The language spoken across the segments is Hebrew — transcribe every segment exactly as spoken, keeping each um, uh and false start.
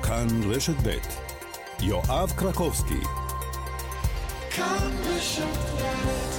כאן רשת ב' יואב קרקובסקי. כאן רשת ב'.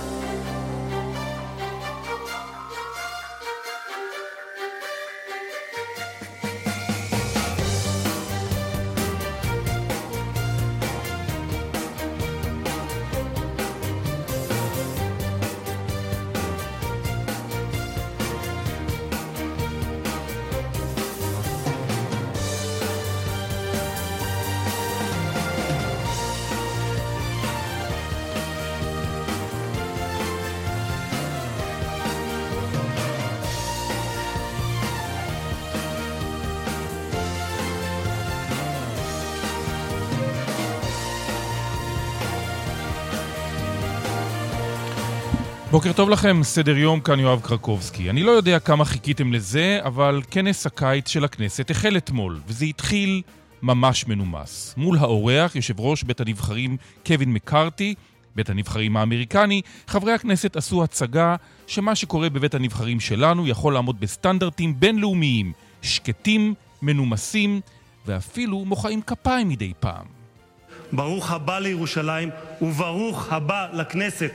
בוקר טוב לכם, סדר יום, כאן יואב קרקובסקי. אני לא יודע כמה חיכיתם לזה, אבל כנס הקיץ של הכנסת החל אתמול, וזה התחיל ממש מנומס. מול האורח, יושב ראש בית הנבחרים קווין מקארתי, בית הנבחרים האמריקני, חברי הכנסת עשו הצגה שמה שקורה בבית הנבחרים שלנו יכול לעמוד בסטנדרטים בינלאומיים, שקטים, מנומסים, ואפילו מוחאים כפיים מדי פעם. ברוך הבא לירושלים וברוך הבא לכנסת.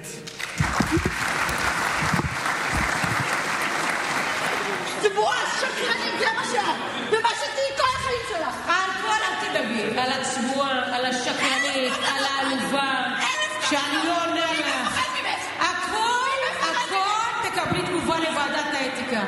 צבועה, שקרנית, זה מה שאת, ומה שתהי כל החיים שלך. על כל אל תדברי, על הצבועה, על השקרנית, על העלובה, שאני לא עונה לך. הכל, הכל תקבלי תגובה לוועדת האתיקה.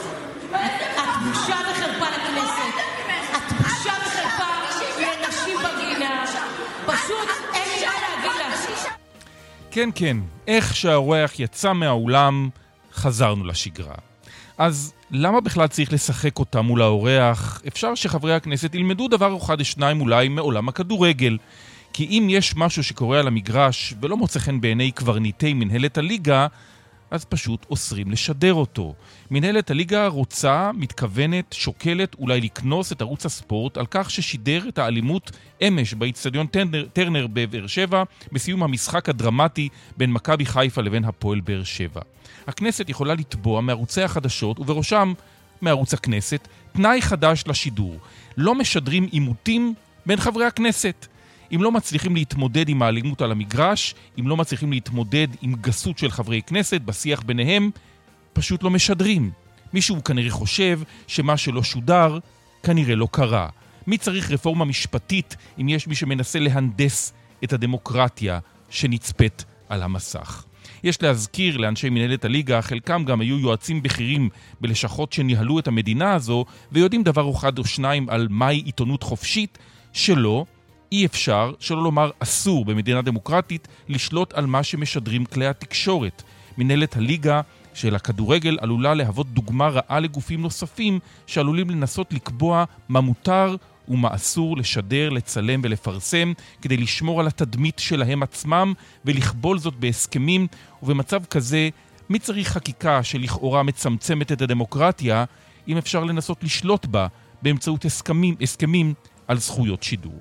את בושה וחרפה לכנסת. את בושה וחרפה לנשים בגינה. פשוט אין לי מה להגיד לך. כן, כן, איך שהאורח יצא מהאולם, חזרנו לשגרה. אז למה בכלל צריך לשחק אותה מול האורח? אפשר שחברי הכנסת ילמדו דבר אחד או שניים אולי מעולם הכדורגל. כי אם יש משהו שקורה על המגרש ולא מוצא חן בעיני קברניטי מנהלת הליגה, אז פשוט אוסרים לשדר אותו. מנהלת הליגה רוצה, מתכוונת, שוקלת אולי לקנוס את ערוץ הספורט על כך ששידר את האלימות אמש באצטדיון טרנר, טרנר בבאר שבע בסיום המשחק הדרמטי בין מכבי חיפה לבין הפועל באר שבע. הכנסת יכולה לתבוע מערוצי החדשות ובראשם מערוץ הכנסת תנאי חדש לשידור. לא משדרים עימותים בין חברי הכנסת. אם לא מצליחים להתמודד עם האלימות על המגרש, אם לא מצליחים להתמודד עם גסות של חברי כנסת בשיח ביניהם, פשוט לא משדרים. מישהו כנראה חושב שמה שלא שודר כנראה לא קרה. מי צריך רפורמה משפטית אם יש מי שמנסה להנדס את הדמוקרטיה שנצפת על המסך? יש להזכיר לאנשי מנהלת הליגה, חלקם גם היו יועצים בכירים בלשכות שניהלו את המדינה הזו, ויודעים דבר אחד או שניים על מהי עיתונות חופשית, שלא, אי אפשר, שלא לומר אסור במדינה דמוקרטית, לשלוט על מה שמשדרים כלי התקשורת. מנהלת הליגה של הכדורגל עלולה להוות דוגמה רעה לגופים נוספים, שעלולים לנסות לקבוע מה מותר ומה אסור לשדר, לצלם ולפרסם, כדי לשמור על התדמית שלהם עצמם ולכבול זאת בהסכמים, ובמצב כזה מי צריך חקיקה שלכאורה מצמצמת את הדמוקרטיה, אם אפשר לנסות לשלוט בה באמצעות הסכמים, הסכמים על זכויות שידור.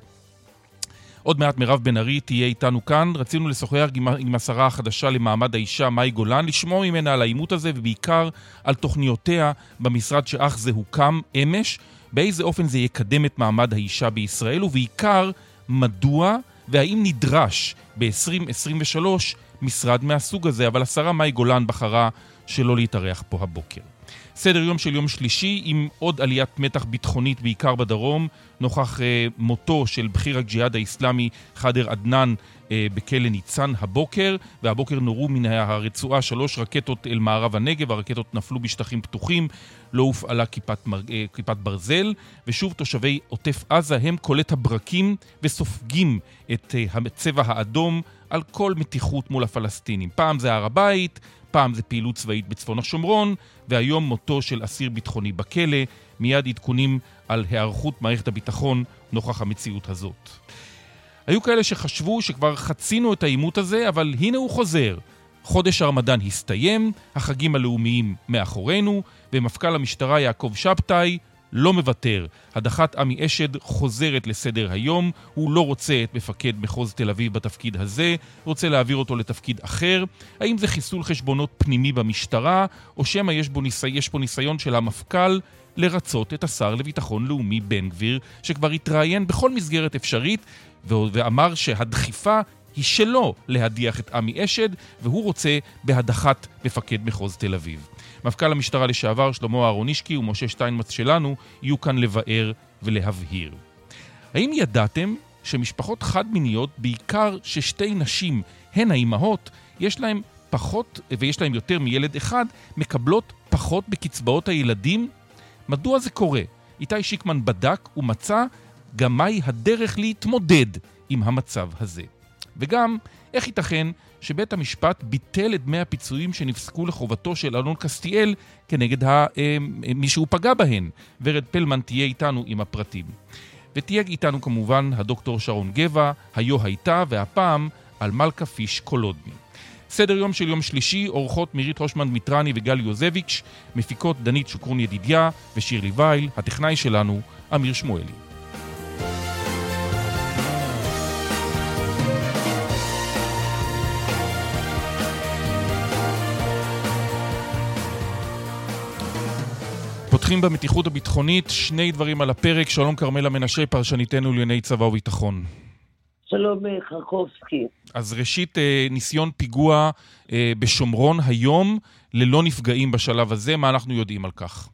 עוד מעט מירב בן ארי תהיה איתנו כאן. רצינו לשוחח עם, עם השרה החדשה למעמד האישה מאי גולן, לשמוע ממנה על העימות הזה ובעיקר על תוכניותיה במשרד שאך זה הוקם אמש, באיזה אופן זה יקדם את מעמד האישה בישראל, ובעיקר מדוע והאם נדרש ב-עשרים עשרים ושלוש משרד מהסוג הזה. אבל השרה מאי גולן בחרה שלא להתארח פה הבוקר. סדר יום של יום שלישי עם עוד עליית מתח ביטחונית בעיקר בדרום, נוכח אה, מותו של בחיר הג'יהאד האסלאמי חדר עדנן אה, בכלא ניצן הבוקר, והבוקר נורו מן הרצועה שלוש רקטות אל מערב הנגב, הרקטות נפלו בשטחים פתוחים, לא הופעלה כיפת, מר, אה, כיפת ברזל, ושוב תושבי עוטף עזה הם קולט הברקים וסופגים את אה, הצבע האדום על כל מתיחות מול הפלסטינים. פעם זה הר הבית, פעם זה פעילות צבאית בצפון השומרון, והיום מותו של אסיר ביטחוני בכלא, מיד עדכונים על היערכות מערכת הביטחון נוכח המציאות הזאת. היו כאלה שחשבו שכבר חצינו את העימות הזה, אבל הנה הוא חוזר. חודש הרמדאן הסתיים, החגים הלאומיים מאחורינו, ומפכ"ל המשטרה יעקב שבתאי לא מוותר. הדחת עמי אשד חוזרת לסדר היום, הוא לא רוצה את מפקד מחוז תל אביב בתפקיד הזה, רוצה להעביר אותו לתפקיד אחר. האם זה חיסול חשבונות פנימי במשטרה, או שמה יש בו ניסי, יש פה ניסיון של המפכ"ל לרצות את השר לביטחון לאומי בן גביר, שכבר התראיין בכל מסגרת אפשרית, ואמר שהדחיפה היא שלו להדיח את עמי אשד, והוא רוצה בהדחת מפקד מחוז תל אביב. מפכ"ל המשטרה לשעבר שלמה אהרונישקי ומשה שטיינמץ שלנו יהיו כאן לבאר ולהבהיר. האם ידעתם שמשפחות חד-מיניות, בעיקר ששתי נשים הן האימהות, יש להם פחות ויש להם יותר מילד אחד, מקבלות פחות בקצבאות הילדים? מדוע זה קורה? איתי שיקמן בדק ומצא גם מהי הדרך להתמודד עם המצב הזה. וגם, איך ייתכן שבית המשפט ביטל את דמי הפיצויים שנפסקו לחובתו של אלון קסטיאל כנגד ה, אה, מי שהוא פגע בהן? ורד פלמן תהיה איתנו עם הפרטים. ותהיה איתנו כמובן הדוקטור שרון גבע, היו הייתה, והפעם על מלכה פיש קולודני. סדר יום של יום שלישי, אורחות מירית הושמן מיטרני וגל יוזביץ', מפיקות דנית שוקרון ידידיה ושירלי וייל, הטכנאי שלנו אמיר שמואלי. פותחים במתיחות הביטחונית, שני דברים על הפרק. שלום כרמלה מנשה, פרשניתנו לענייני צבא וביטחון. שלום חרקובסקי. אז ראשית, ניסיון פיגוע בשומרון היום, ללא נפגעים בשלב הזה, מה אנחנו יודעים על כך?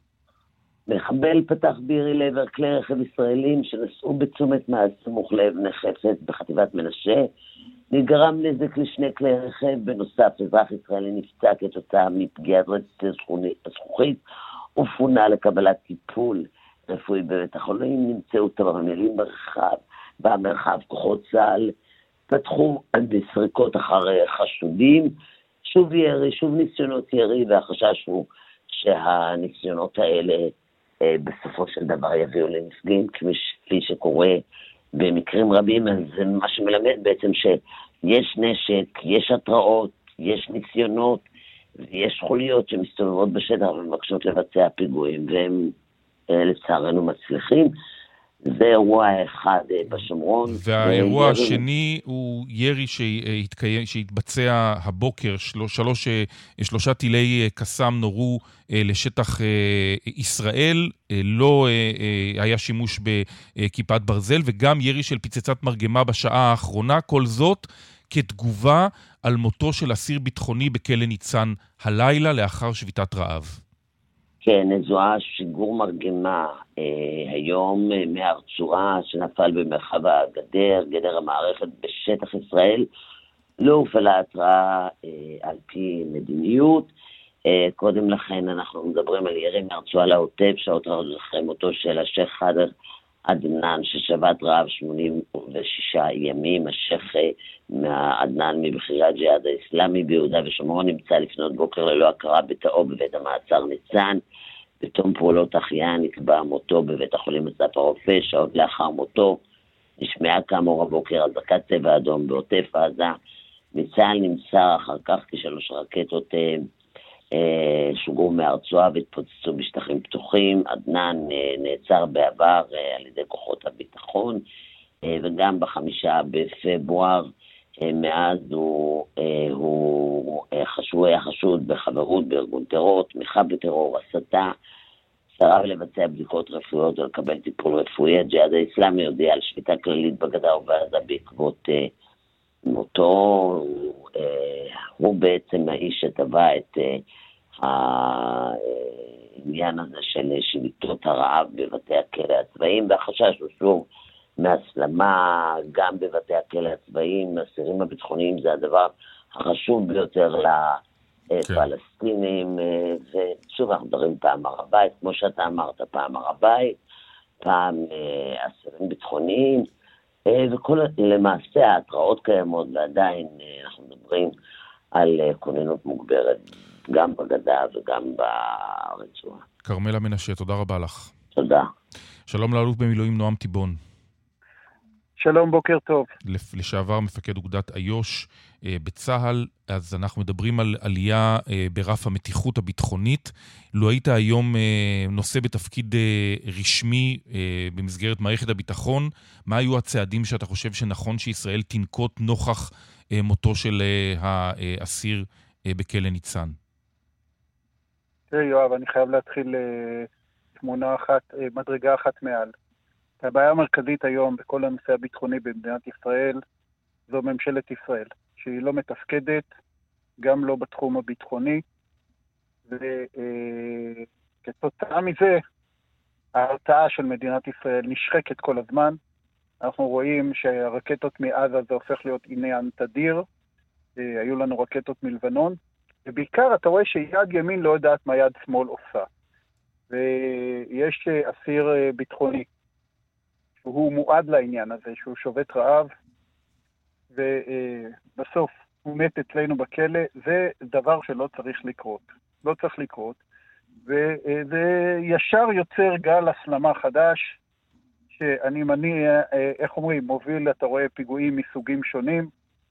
מחבל פתח בירי לעבר כלי רכב ישראלים שנסעו בצומת מעש סמוך לאבני חפץ בחטיבת מנשה. נגרם נזק לשני כלי רכב, בנוסף אזרח ישראלי נפצע כתוצאה מפגיעת רצף הזכוכית, ופונה לקבלת טיפול רפואי בבית החולים. נמצאו תרמילים ברחב, במרחב כוחות צה"ל פתחו בסריקות אחר חשודים, שוב ירי, שוב ניסיונות ירי, והחשש הוא שהניסיונות האלה אה, בסופו של דבר יביאו לנפגעים, כפי שקורה במקרים רבים. אז זה מה שמלמד בעצם שיש נשק, יש התראות, יש ניסיונות, ויש חוליות שמסתובבות בשטח ומבקשות לבצע פיגועים, והם אה, לצערנו מצליחים. זה אירוע אחד בשומרון. והאירוע השני הוא ירי שהתקיים, שהתבצע הבוקר, שלוש, שלושה טילי קסאם נורו לשטח ישראל, לא היה שימוש בכיפת ברזל, וגם ירי של פצצת מרגמה בשעה האחרונה, כל זאת כתגובה על מותו של אסיר ביטחוני בכלא ניצן הלילה לאחר שביתת רעב. כן, זוהה שיגור מרגמה אה, היום אה, מהרצועה שנפל במרחב הגדר, גדר המערכת בשטח ישראל. לא הופעלה התראה אה, על פי מדיניות. אה, קודם לכן אנחנו מדברים על ירי מהרצועה לעוטף, שעות רבות אחרי מותו של השייח חאדר עדנאן, ששבת רעב שמונים ושישה ימים. השייח עדנאן מבחירי הג'יהאד האסלאמי ביהודה ושומרון נמצא לפנות בוקר ללא הכרה בתאו בבית המעצר ניצן. בתום פעולות החייאה נקבע מותו בבית החולים אסף הרופא. שעות לאחר מותו נשמעה כאמור הבוקר אזעקת צבע אדום בעוטף עזה. מצה"ל נמסר אחר כך כשלוש רקטות אה, אה, שוגרו מהרצועה והתפוצצו בשטחים פתוחים. עדנאן אה, נעצר בעבר אה, על ידי כוחות הביטחון, אה, וגם בחמישה בפברואר אה, מאז הוא, אה, הוא אה, חשוב, היה חשוד בחברות בארגון טרור, תמיכה בטרור, הסתה, סרב לבצע בדיקות רפואיות או לקבל טיפול רפואי. הג'יהאד האסלאמי הודיע על שביתה כללית בגדה ובעזה בעקבות אה, מותו. הוא, אה, הוא בעצם האיש שטבע את אה, העניין הזה של שביתות הרעב בבתי הכלא הצבאיים, והחשש הוא שוב מהסלמה גם בבתי הכלא הצבאיים. האסירים הביטחוניים זה הדבר החשוב ביותר לפלסטינים, כן. ושוב אנחנו מדברים פעם הר הבית, כמו שאתה אמרת, פעם הר הבית, פעם אסירים ביטחוניים, וכל למעשה ההתראות קיימות, ועדיין אנחנו מדברים על כוננות מוגברת גם בגדה וגם ברצועה. כרמלה מנשה, תודה רבה לך. תודה. שלום לאלוף במילואים נועם תיבון. שלום, בוקר טוב. לשעבר מפקד אוגדת איו"ש אה, בצה"ל. אז אנחנו מדברים על עלייה אה, ברף המתיחות הביטחונית. לו היית היום אה, נושא בתפקיד אה, רשמי אה, במסגרת מערכת הביטחון, מה היו הצעדים שאתה חושב שנכון שישראל תנקוט נוכח אה, מותו של אה, האסיר אה, בכלא ניצן? תראה יואב, אני חייב להתחיל אה, תמונה אחת, מדרגה אחת מעל. הבעיה המרכזית היום בכל הנושא הביטחוני במדינת ישראל, זו ממשלת ישראל, שהיא לא מתפקדת, גם לא בתחום הביטחוני, וכתוצאה מזה, ההרתעה של מדינת ישראל נשחקת כל הזמן. אנחנו רואים שהרקטות מעזה זה הופך להיות עניין תדיר, היו לנו רקטות מלבנון, ובעיקר אתה רואה שיד ימין לא יודעת מה יד שמאל עושה. ויש אסיר ביטחוני, שהוא מועד לעניין הזה, שהוא שובת רעב, ובסוף הוא מת אצלנו בכלא. זה דבר שלא צריך לקרות. לא צריך לקרות. וזה ישר יוצר גל הסלמה חדש, שאני מניע, איך אומרים, מוביל, אתה רואה, פיגועים מסוגים שונים,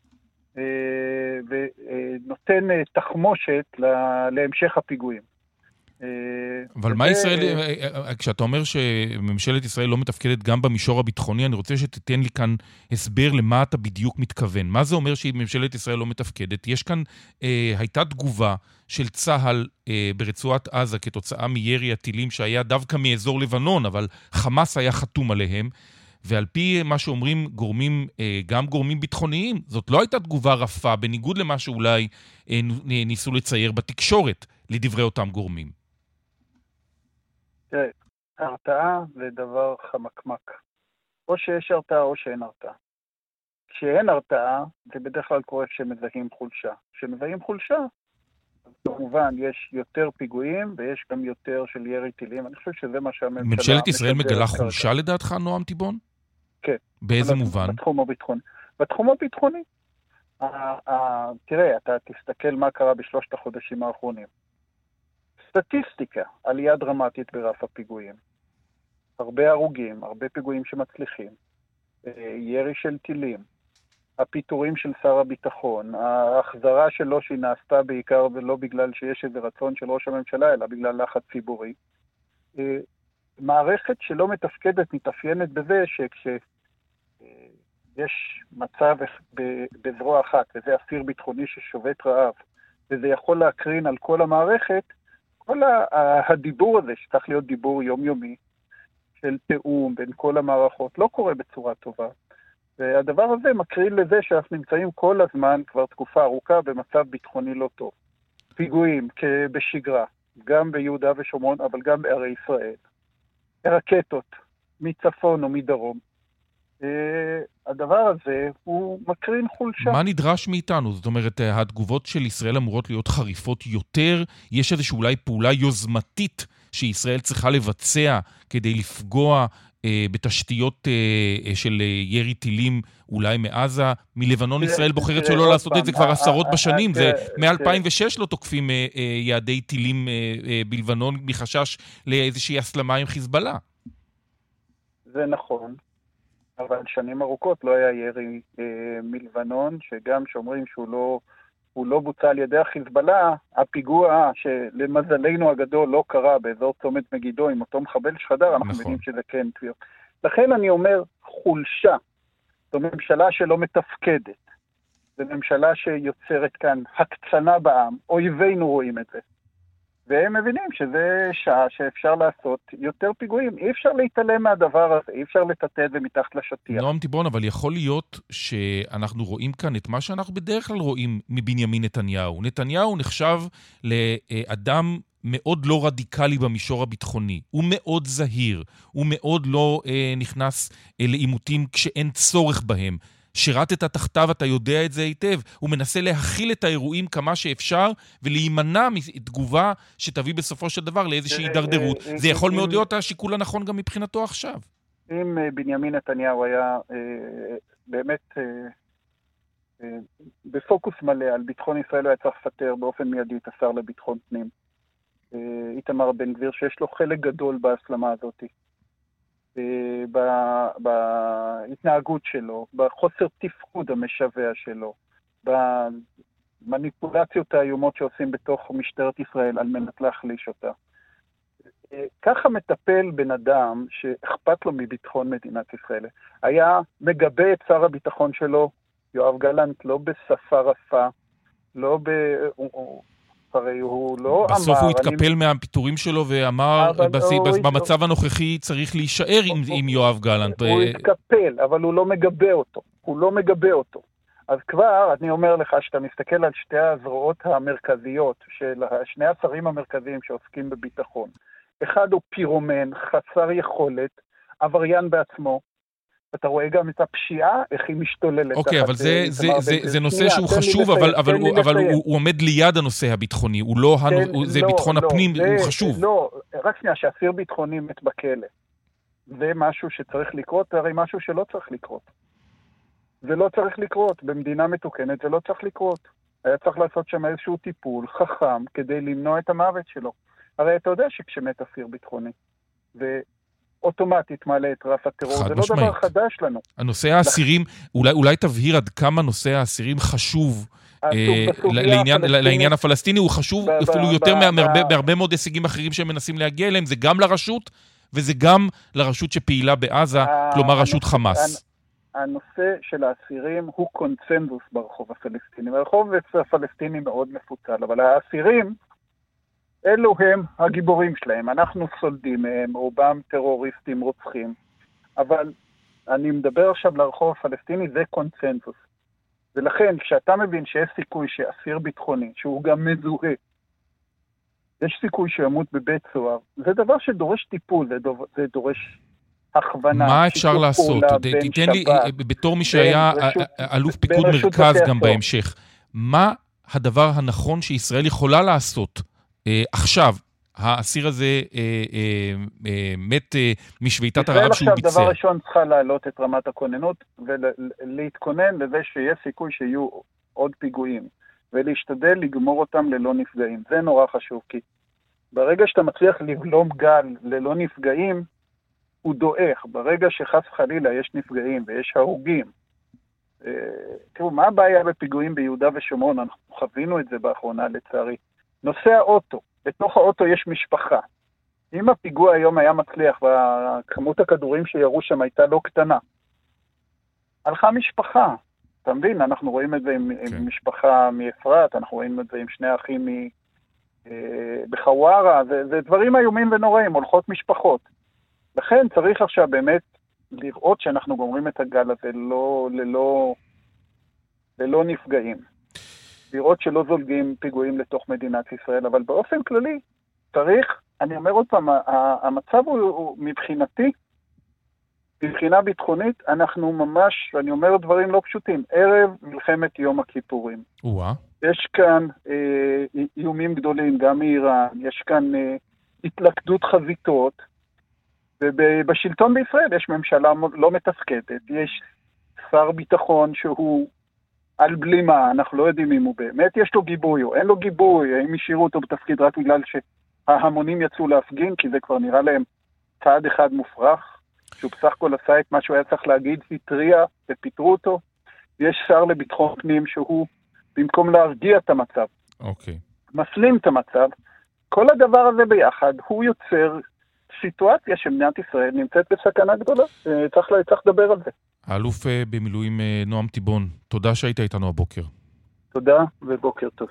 ונותן תחמושת להמשך הפיגועים. אבל מה ישראל, כשאתה אומר שממשלת ישראל לא מתפקדת גם במישור הביטחוני, אני רוצה שתתן לי כאן הסבר למה אתה בדיוק מתכוון. מה זה אומר שממשלת ישראל לא מתפקדת? יש כאן, הייתה תגובה של צהל ברצועת עזה כתוצאה מירי הטילים שהיה דווקא מאזור לבנון, אבל חמאס היה חתום עליהם, ועל פי מה שאומרים גורמים, גם גורמים ביטחוניים, זאת לא הייתה תגובה רפה, בניגוד למה שאולי ניסו לצייר בתקשורת לדברי אותם גורמים. תראה, הרתעה זה דבר חמקמק. או שיש הרתעה או שאין הרתעה. כשאין הרתעה, זה בדרך כלל קורה כשמזהים חולשה. כשמזהים חולשה, כמובן יש יותר פיגועים ויש גם יותר של ירי טילים. אני חושב שזה מה שהממשלה... ממשלת ישראל מגלה חולשה לדעתך, נועם טיבון? כן. באיזה מובן? בתחום הביטחוני. בתחום הביטחוני. תראה, אתה תסתכל מה קרה בשלושת החודשים האחרונים. סטטיסטיקה, עלייה דרמטית ברף הפיגועים. הרבה הרוגים, הרבה פיגועים שמצליחים. ירי של טילים. הפיטורים של שר הביטחון. ההחזרה שלו שהיא נעשתה בעיקר ולא בגלל שיש איזה רצון של ראש הממשלה, אלא בגלל לחץ ציבורי. מערכת שלא מתפקדת מתאפיינת בזה שכשיש מצב בזרוע אחת, וזה אסיר ביטחוני ששובת רעב, וזה יכול להקרין על כל המערכת, כל הדיבור הזה, שצריך להיות דיבור יומיומי, של תאום בין כל המערכות, לא קורה בצורה טובה. והדבר הזה מקרין לזה שאנחנו נמצאים כל הזמן, כבר תקופה ארוכה, במצב ביטחוני לא טוב. פיגועים בשגרה, גם ביהודה ושומרון, אבל גם בערי ישראל. רקטות, מצפון או מדרום. הדבר הזה הוא מקרין חולשה. מה נדרש מאיתנו? זאת אומרת, התגובות של ישראל אמורות להיות חריפות יותר? יש איזושהי אולי פעולה יוזמתית שישראל צריכה לבצע כדי לפגוע אה, בתשתיות אה, של ירי טילים אולי מעזה? מלבנון ישראל בוחרת שלא לעשות את זה כבר עשרות בשנים. זה מ-אלפיים ושש לא תוקפים אה, אה, יעדי טילים אה, אה, בלבנון מחשש לאיזושהי הסלמה עם חיזבאללה. זה נכון. אבל שנים ארוכות לא היה ירי אה, מלבנון, שגם שאומרים שהוא לא, הוא לא בוצע על ידי החיזבאללה, הפיגוע שלמזלנו הגדול לא קרה באזור צומת מגידו עם אותו מחבל שחדר, אנחנו מבינים שזה כן תביעות. לכן אני אומר חולשה, זו ממשלה שלא מתפקדת, זו ממשלה שיוצרת כאן הקצנה בעם, אויבינו רואים את זה. והם מבינים שזה שעה שאפשר לעשות יותר פיגועים. אי אפשר להתעלם מהדבר הזה, אי אפשר לטטט ומתחת לשטיח. נועם טיבון, אבל יכול להיות שאנחנו רואים כאן את מה שאנחנו בדרך כלל רואים מבנימין נתניהו. נתניהו נחשב לאדם מאוד לא רדיקלי במישור הביטחוני. הוא מאוד זהיר, הוא מאוד לא אה, נכנס אה, לעימותים כשאין צורך בהם. שירתת תחתיו, אתה יודע את זה היטב. הוא מנסה להכיל את האירועים כמה שאפשר, ולהימנע מתגובה שתביא בסופו של דבר לאיזושהי הידרדרות. זה יכול מאוד להיות השיקול הנכון גם מבחינתו עכשיו. אם בנימין נתניהו היה באמת בפוקוס מלא על ביטחון ישראל, הוא היה צריך לפטר באופן מיידי את השר לביטחון פנים. איתמר בן גביר, שיש לו חלק גדול בהסלמה הזאת. בהתנהגות שלו, בחוסר תפקוד המשווע שלו, במניפולציות האיומות שעושים בתוך משטרת ישראל על מנת להחליש אותה. ככה מטפל בן אדם שאכפת לו מביטחון מדינת ישראל. היה מגבה את שר הביטחון שלו, יואב גלנט, לא בשפה רפה, לא ב... הרי הוא לא אמר... בסוף הוא התקפל מהפיטורים שלו ואמר, במצב הנוכחי צריך להישאר עם יואב גלנט. הוא התקפל, אבל הוא לא מגבה אותו. הוא לא מגבה אותו. אז כבר, אני אומר לך, שאתה מסתכל על שתי הזרועות המרכזיות, של שני השרים המרכזיים שעוסקים בביטחון. אחד הוא פירומן, חסר יכולת, עבריין בעצמו. אתה רואה גם את הפשיעה, איך היא משתוללת. אוקיי, אבל זה, זה, זה, זה נושא שהוא חשוב, אבל, אבל, הוא, אבל הוא, הוא עומד ליד הנושא הביטחוני. הוא לא, זה ביטחון הפנים, הוא חשוב. לא, רק שנייה, שאסיר ביטחוני מת בכלא. זה משהו שצריך לקרות, הרי משהו שלא צריך לקרות. זה לא צריך לקרות. במדינה מתוקנת זה לא צריך לקרות. היה צריך לעשות שם איזשהו טיפול חכם כדי למנוע את המוות שלו. הרי אתה יודע שכשמת אסיר ביטחוני, ואוטומטית מעלה את רף הטרור, זה לא דבר חדש לנו. הנושא האסירים, אולי, אולי תבהיר עד כמה נושא האסירים חשוב אה, לעניין, לעניין הפלסטיני, הוא חשוב ב- אפילו ב- יותר ב- מהרבה, ב- בהרבה מאוד הישגים אחרים שהם מנסים להגיע אליהם, זה גם לרשות, וזה גם לרשות שפעילה בעזה, כלומר רשות חמאס. הנושא של האסירים הוא קונצנזוס ברחוב הפלסטיני. הרחוב הפלסטיני מאוד מפוצל, אבל האסירים, אלו הם הגיבורים שלהם. אנחנו סולדים מהם, רובם טרוריסטים רוצחים. אבל אני מדבר עכשיו לרחוב הפלסטיני, זה קונצנזוס. ולכן, כשאתה מבין שיש סיכוי שאסיר ביטחוני, שהוא גם מזוהה, יש סיכוי שימות בבית סוהר, זה דבר שדורש טיפול, זה, דור, זה דורש הכוונה. מה אפשר לעשות? תיתן לי, בתור מי שהיה אלוף פיקוד מרכז גם בהמשך, מה הדבר הנכון שישראל יכולה לעשות עכשיו? האסיר הזה אה, אה, אה, מת אה, משביתת הרעב שהוא ביצע. דבר ראשון צריכה להעלות את רמת הכוננות ולהתכונן לזה שיש סיכוי שיהיו עוד פיגועים, ולהשתדל לגמור אותם ללא נפגעים. זה נורא חשוב, כי ברגע שאתה מצליח לבלום גל ללא נפגעים, הוא דועך. ברגע שחס חלילה יש נפגעים ויש הרוגים, אה, תראו, מה הבעיה בפיגועים ביהודה ושומרון? אנחנו חווינו את זה באחרונה לצערי. נושא האוטו. בתוך האוטו יש משפחה. אם הפיגוע היום היה מצליח וכמות הכדורים שירו שם הייתה לא קטנה, הלכה משפחה. אתה מבין? אנחנו רואים את זה עם, כן. עם משפחה מאפרת, אנחנו רואים את זה עם שני אחים מ, אה, בחווארה, זה, זה דברים איומים ונוראים, הולכות משפחות. לכן צריך עכשיו באמת לראות שאנחנו גומרים את הגל הזה לא, ללא, ללא נפגעים. לראות שלא זולגים פיגועים לתוך מדינת ישראל, אבל באופן כללי צריך, אני אומר עוד פעם, המצב הוא, הוא מבחינתי, מבחינה ביטחונית, אנחנו ממש, אני אומר דברים לא פשוטים, ערב מלחמת יום הכיפורים. וואה. יש כאן אה, איומים גדולים, גם מאיראן, יש כאן אה, התלכדות חזיתות, ובשלטון בישראל יש ממשלה לא מתפקדת, יש שר ביטחון שהוא על בלימה, אנחנו לא יודעים אם הוא באמת יש לו גיבוי או אין לו גיבוי, האם השאירו אותו בתפקיד רק בגלל שההמונים יצאו להפגין, כי זה כבר נראה להם צעד אחד מופרך, שהוא בסך הכל עשה את מה שהוא היה צריך להגיד, התריע ופיטרו אותו. יש שר לביטחון פנים שהוא, במקום להרגיע את המצב, אוקיי. מסלים את המצב. כל הדבר הזה ביחד, הוא יוצר סיטואציה שמדינת ישראל נמצאת בסכנה גדולה. צריך, צריך לדבר על זה. האלוף במילואים נועם תיבון, תודה שהיית איתנו הבוקר. תודה ובוקר טוב.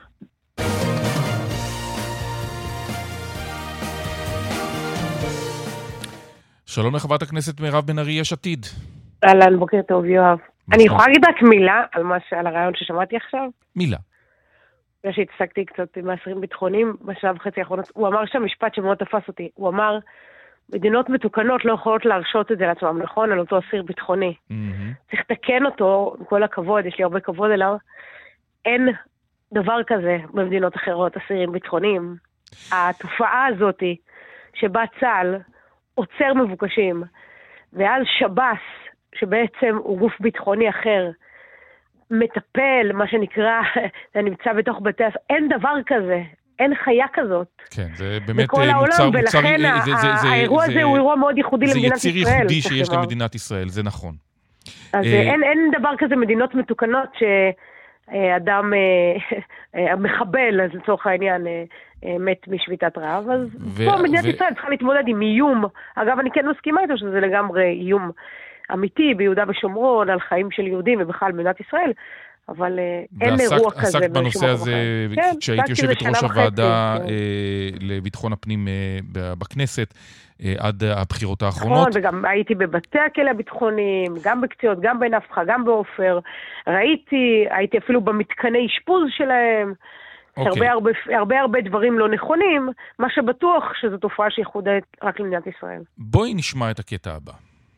שלום לחברת הכנסת מירב בן ארי, יש עתיד. אהלן, בוקר טוב יואב. אני יכולה להגיד רק מילה על, מה, על הרעיון ששמעתי עכשיו? מילה. בגלל שהתעסקתי קצת עם מאסרים ביטחוניים בשלב וחצי האחרונות, הוא אמר שם משפט שמאוד תפס אותי. הוא אמר, מדינות מתוקנות לא יכולות להרשות את זה לעצמם, נכון? על אותו אסיר ביטחוני. Mm-hmm. צריך לתקן אותו, עם כל הכבוד, יש לי הרבה כבוד אליו. אין דבר כזה במדינות אחרות, אסירים ביטחוניים. התופעה הזאת שבה צה"ל עוצר מבוקשים, ואז שב"ס, שבעצם הוא גוף ביטחוני אחר, מטפל, מה שנקרא, זה נמצא בתוך בתי הסוהר, אין דבר כזה. אין חיה כזאת. כן, זה באמת בכל העולם, מוצר, ולכן מוצר, האירוע הזה הוא אירוע מאוד ייחודי למדינת ישראל. זה יציר ייחודי שיש למדינת ישראל, זה נכון. אז אין, אין דבר כזה מדינות מתוקנות שאדם המחבל, אז לצורך העניין, מת משביתת רעב, אז פה מדינת ישראל צריכה להתמודד עם איום. אגב, אני כן מסכימה איתו שזה לגמרי איום אמיתי ביהודה ושומרון, על חיים של יהודים ובכלל במדינת ישראל, אבל אין אירוע כזה. ועסקת בנושא הזה כן, כשהיית יושבת ראש הוועדה כן. לביטחון הפנים בכנסת, עד הבחירות האחרונות. נכון, וגם הייתי בבתי הכלא הביטחוניים, גם בקציעות, גם בנפחה, גם באופר. ראיתי, הייתי אפילו במתקני אשפוז שלהם. Okay. הרבה, הרבה, הרבה הרבה דברים לא נכונים, מה שבטוח שזו תופעה שייחודית רק למדינת ישראל. בואי נשמע את הקטע הבא.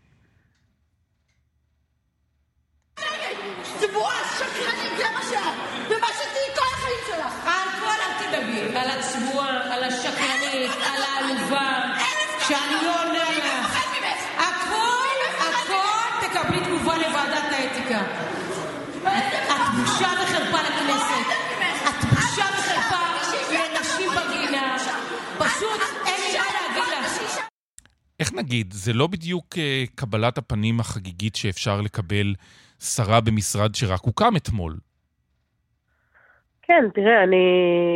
צבועה, שקרנית, זה מה שאת, ומה שתהי כל החיים שלך. על כל אל תדברי, על הצבועה, על השקרנית, על העלובה, שאני לא עונה לך. הכל, הכל תקבלי תגובה לוועדת האתיקה. את בושה וחרפה לכנסת. את בושה וחרפה לנשים בגינה. פשוט אין לי מה להגיד לך. איך נגיד, זה לא בדיוק קבלת הפנים החגיגית שאפשר לקבל שרה במשרד שרק הוקם אתמול. כן, תראה, אני...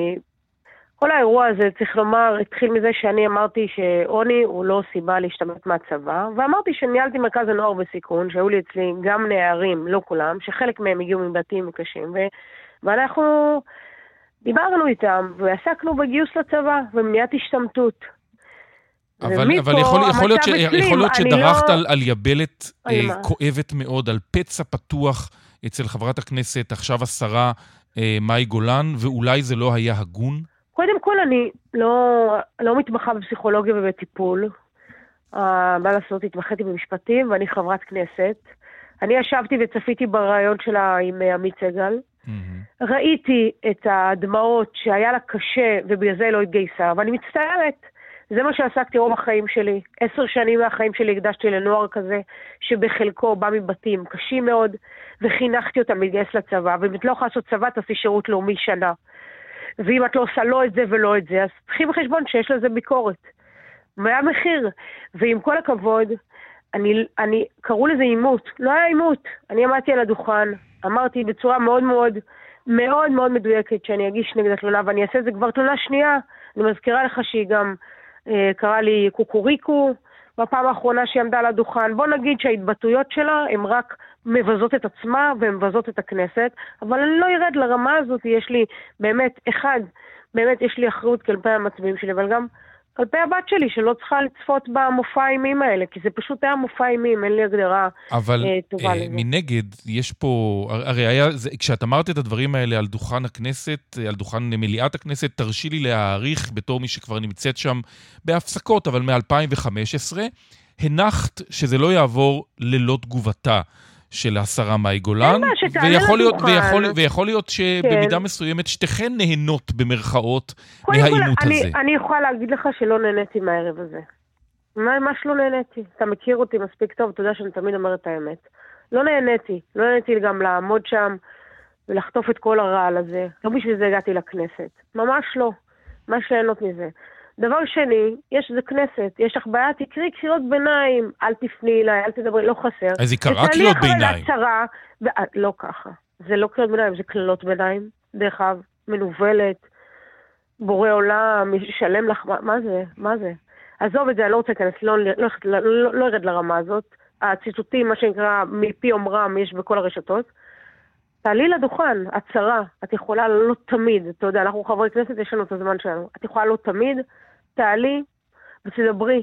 כל האירוע הזה, צריך לומר, התחיל מזה שאני אמרתי שעוני הוא לא סיבה להשתמט מהצבא, ואמרתי שניהלתי מרכז הנוער בסיכון, שהיו לי אצלי גם נערים, לא כולם, שחלק מהם הגיעו מבתים קשים, ו... ואנחנו דיברנו איתם, ועסקנו בגיוס לצבא, ומניעת השתמטות. אבל, אבל יכול, יכול להיות, ש, יכול להיות שדרכת לא... על, על יבלת אה, כואבת מאוד, על פצע פתוח אצל חברת הכנסת, עכשיו השרה אה, מאי גולן, ואולי זה לא היה הגון? קודם כל, אני לא, לא מתמחה בפסיכולוגיה ובטיפול. מה לעשות, התמחיתי במשפטים, ואני חברת כנסת. אני ישבתי וצפיתי ברעיון שלה עם עמית סגל. Mm-hmm. ראיתי את הדמעות שהיה לה קשה, ובגלל זה לא התגייסה, ואני מצטערת. זה מה שעסקתי רוב החיים שלי. עשר שנים מהחיים שלי הקדשתי לנוער כזה, שבחלקו בא מבתים קשים מאוד, וחינכתי אותם להתגייס לצבא, ואם את לא יכולה לעשות צבא, תעשי שירות לאומי שנה. ואם את לא עושה לא את זה ולא את זה, אז תחי בחשבון שיש לזה ביקורת. מה היה מחיר? ועם כל הכבוד, אני, אני, קראו לזה אימות. לא היה אימות. אני עמדתי על הדוכן, אמרתי בצורה מאוד מאוד, מאוד מאוד מדויקת, שאני אגיש נגד התלונה, ואני אעשה את זה כבר תלונה שנייה. אני מזכירה לך שהיא גם אה, קראה לי קוקוריקו, בפעם האחרונה שהיא עמדה על הדוכן. בוא נגיד שההתבטאויות שלה הן רק מבזות את עצמה ומבזות את הכנסת, אבל אני לא ירד לרמה הזאת, יש לי באמת, אחד, באמת יש לי אחריות כלפי המצביעים שלי, אבל גם כלפי הבת שלי, שלא צריכה לצפות במופע אימים האלה, כי זה פשוט היה מופע אימים, אין לי הגדרה אבל, אה, טובה אה, לזה. מנגד, יש פה, הרי היה, זה, כשאת אמרת את הדברים האלה על דוכן הכנסת, על דוכן מליאת הכנסת, תרשי לי להעריך בתור מי שכבר נמצאת שם בהפסקות, אבל מ-אלפיים וחמש עשרה, הנחת שזה לא יעבור ללא תגובתה של השרה מאי גולן, ויכול להיות, ויכול, ויכול להיות שבמידה כן. מסוימת שתיכן נהנות במרכאות מהאימות הזה. אני, אני יכולה להגיד לך שלא נהניתי מהערב הזה. ממש לא נהניתי. אתה מכיר אותי מספיק טוב, אתה יודע שאני תמיד אומרת את האמת. לא נהניתי. לא נהניתי גם לעמוד שם ולחטוף את כל הרעל הזה. לא בשביל זה הגעתי לכנסת. ממש לא. ממש ליהנות מזה. דבר שני, יש זה כנסת, יש לך בעיה, תקרי קריאות ביניים, אל תפני אליי, אל תדברי, לא חסר. אז היא קראה קריאות ביניים. הצרה, ו... לא ככה, זה לא קריאות ביניים, זה כללות ביניים, דרך אגב, מנובלת, בורא עולם, שלם לך, מה, מה זה? מה זה? עזוב את זה, אני לא רוצה להיכנס, לא, לא, לא, לא, לא ירד לרמה הזאת. הציטוטים, מה שנקרא, מפי אומרם, יש בכל הרשתות. תעלי לדוכן, הצרה, את יכולה לא תמיד, אתה יודע, אנחנו חברי כנסת, יש לנו את הזמן שלנו, את יכולה לא תמיד, תעלי ותדברי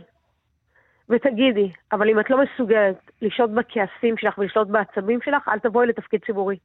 ותגידי, אבל אם את לא מסוגלת לשלוט בכעסים שלך ולשלוט בעצבים שלך, אל תבואי לתפקיד ציבורי.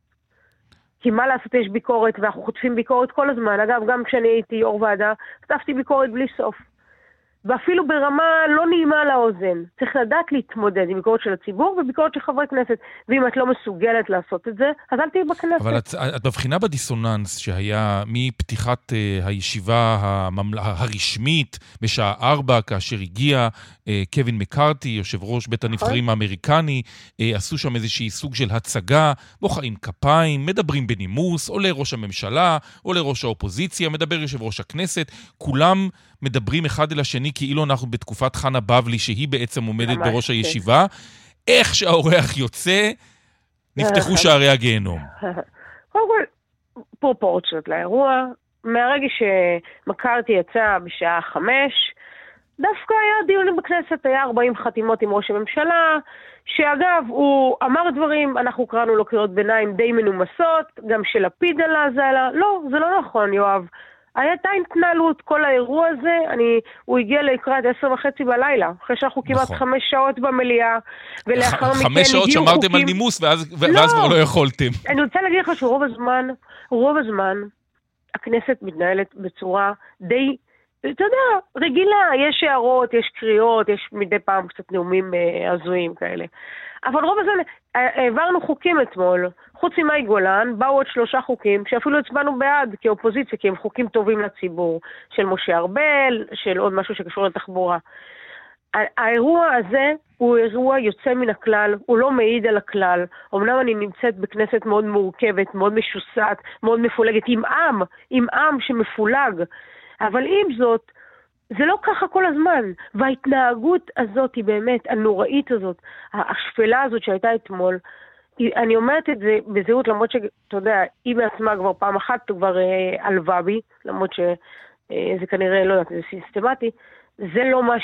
כי מה לעשות, יש ביקורת, ואנחנו חוטפים ביקורת כל הזמן. אגב, גם כשאני הייתי יו"ר ועדה, חטפתי ביקורת בלי סוף. ואפילו ברמה לא נעימה לאוזן. צריך לדעת להתמודד עם ביקורת של הציבור וביקורת של חברי כנסת. ואם את לא מסוגלת לעשות את זה, אז אל תהיי בכנסת. אבל את, את מבחינה בדיסוננס שהיה מפתיחת uh, הישיבה הממל... הרשמית בשעה ארבע, כאשר הגיע uh, קווין מקארתי, יושב ראש בית הנבחרים האמריקני, uh, עשו שם איזושהי סוג של הצגה, מוחאים כפיים, מדברים בנימוס, עולה ראש הממשלה, עולה ראש האופוזיציה, מדבר יושב ראש הכנסת, כולם מדברים אחד אל השני כאילו אנחנו בתקופת חנה בבלי, שהיא בעצם עומדת בראש הישיבה. איך שהאורח יוצא, נפתחו שערי הגיהנום. קודם כל, פרופורציות לאירוע. מהרגע שמקארתי יצא בשעה חמש, דווקא היה דיונים בכנסת, היה ארבעים חתימות עם ראש הממשלה, שאגב, הוא אמר דברים, אנחנו קראנו לו קריאות ביניים די מנומסות, גם שלפיד עלה זה עלה, לא, זה לא נכון, יואב. הייתה התנהלות, כל האירוע הזה, אני, הוא הגיע לקראת עשר וחצי בלילה, אחרי שאנחנו כמעט נכון. חמש שעות במליאה, ולאחר מכן חמש שעות שמרתם על נימוס, ואז, לא, ואז כבר לא יכולתם. אני רוצה להגיד לך שרוב הזמן, רוב הזמן, הכנסת מתנהלת בצורה די, אתה יודע, רגילה, יש הערות, יש קריאות, יש מדי פעם קצת נאומים אה, הזויים כאלה. אבל רוב הזמן, העברנו חוקים אתמול, חוץ ממאי גולן, באו עוד שלושה חוקים, שאפילו הצבענו בעד כאופוזיציה, כי הם חוקים טובים לציבור, של משה ארבל, של עוד משהו שקשור לתחבורה. האירוע הזה הוא אירוע יוצא מן הכלל, הוא לא מעיד על הכלל. אמנם אני נמצאת בכנסת מאוד מורכבת, מאוד משוסעת, מאוד מפולגת, עם עם, עם עם שמפולג. אבל עם זאת, זה לא ככה כל הזמן. וההתנהגות הזאת היא באמת, הנוראית הזאת, השפלה הזאת שהייתה אתמול, אני אומרת את זה בזהות, למרות שאתה יודע, היא בעצמה כבר פעם אחת כבר אה, עלבה בי, למרות שזה אה, כנראה, לא יודעת, זה סיסטמטי, זה לא מה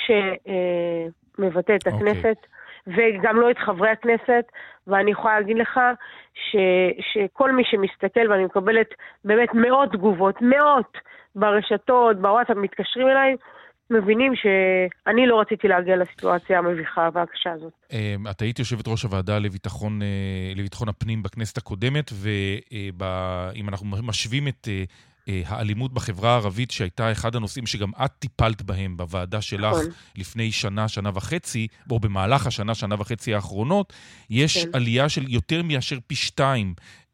שמבטא את הכנסת, okay. וגם לא את חברי הכנסת, ואני יכולה להגיד לך ש, שכל מי שמסתכל, ואני מקבלת באמת מאות תגובות, מאות ברשתות, בוואטסאפ, מתקשרים אליי, מבינים שאני לא רציתי להגיע לסיטואציה המביכה והקשה הזאת. את היית יושבת ראש הוועדה לביטחון, לביטחון הפנים בכנסת הקודמת, ואם אנחנו משווים את האלימות בחברה הערבית, שהייתה אחד הנושאים שגם את טיפלת בהם בוועדה שלך לפני שנה, שנה וחצי, או במהלך השנה, שנה וחצי האחרונות, יש עלייה של יותר מאשר פי שתיים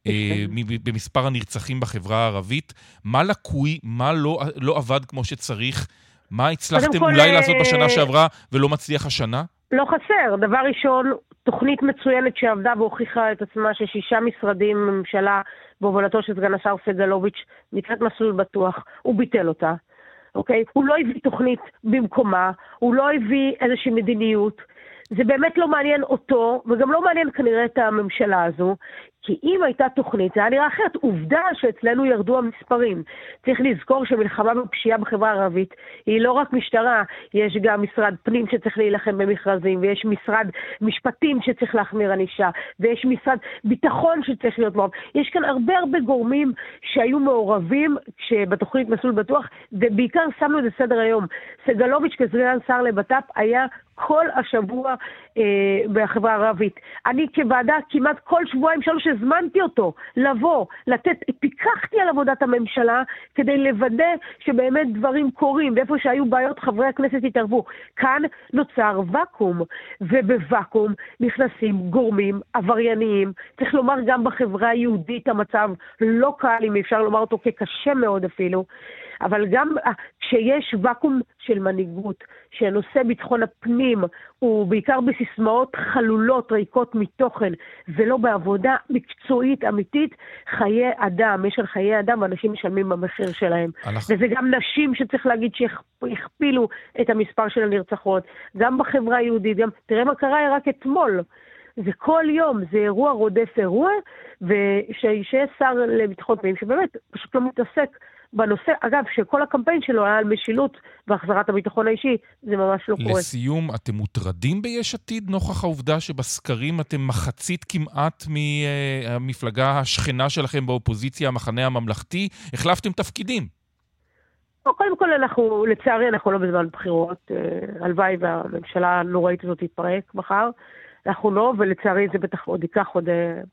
במספר הנרצחים בחברה הערבית. מה לקוי, מה לא, לא עבד כמו שצריך? מה הצלחתם אולי לעשות בשנה שעברה ולא מצליח השנה? לא חסר. דבר ראשון, תוכנית מצוינת שעבדה והוכיחה את עצמה ששישה משרדים ממשלה בהובלתו של סגן השר סגלוביץ' נקראת מסלול בטוח. הוא ביטל אותה. אוקיי? הוא לא הביא תוכנית במקומה, הוא לא הביא איזושהי מדיניות. זה באמת לא מעניין אותו, וגם לא מעניין כנראה את הממשלה הזו, כי אם הייתה תוכנית, זה היה נראה אחרת. עובדה שאצלנו ירדו המספרים. צריך לזכור שמלחמה בפשיעה בחברה הערבית היא לא רק משטרה, יש גם משרד פנים שצריך להילחם במכרזים, ויש משרד משפטים שצריך להחמיר ענישה, ויש משרד ביטחון שצריך להיות מעורב. יש כאן הרבה הרבה גורמים שהיו מעורבים בתוכנית מסלול בטוח, ובעיקר שמנו את זה סדר היום. סגלוביץ' כסגן שר לבט"פ היה כל השבוע אה, בחברה הערבית. אני כוועדה כמעט כל שבועיים שלוש הזמנתי אותו לבוא, לתת, פיקחתי על עבודת הממשלה כדי לוודא שבאמת דברים קורים, ואיפה שהיו בעיות חברי הכנסת התערבו. כאן נוצר וקום, ובוואקום נכנסים גורמים עברייניים. צריך לומר גם בחברה היהודית המצב לא קל, אם אפשר לומר אותו כקשה מאוד אפילו, אבל גם כשיש וקום של מנהיגות, שנושא ביטחון הפנים הוא בעיקר בסיסמאות חלולות, ריקות מתוכן, ולא בעבודה מקצועית אמיתית, חיי אדם, יש על חיי אדם, ואנשים משלמים במחיר שלהם. אנחנו... וזה גם נשים שצריך להגיד שהכפילו את המספר של הנרצחות, גם בחברה היהודית, גם, תראה מה קרה רק אתמול, זה כל יום, זה אירוע רודף אירוע, ושיש שר לביטחון פנים, שבאמת פשוט לא מתעסק בנושא, אגב, שכל הקמפיין שלו היה על משילות והחזרת הביטחון האישי, זה ממש לא קורה. לסיום, אתם מוטרדים ביש עתיד נוכח העובדה שבסקרים אתם מחצית כמעט מהמפלגה השכנה שלכם באופוזיציה, המחנה הממלכתי, החלפתם תפקידים? קודם כל, אנחנו, לצערי, אנחנו לא בזמן בחירות, הלוואי והממשלה הנוראית הזאת תתפרק מחר, אנחנו לא, ולצערי זה בטח עוד ייקח עוד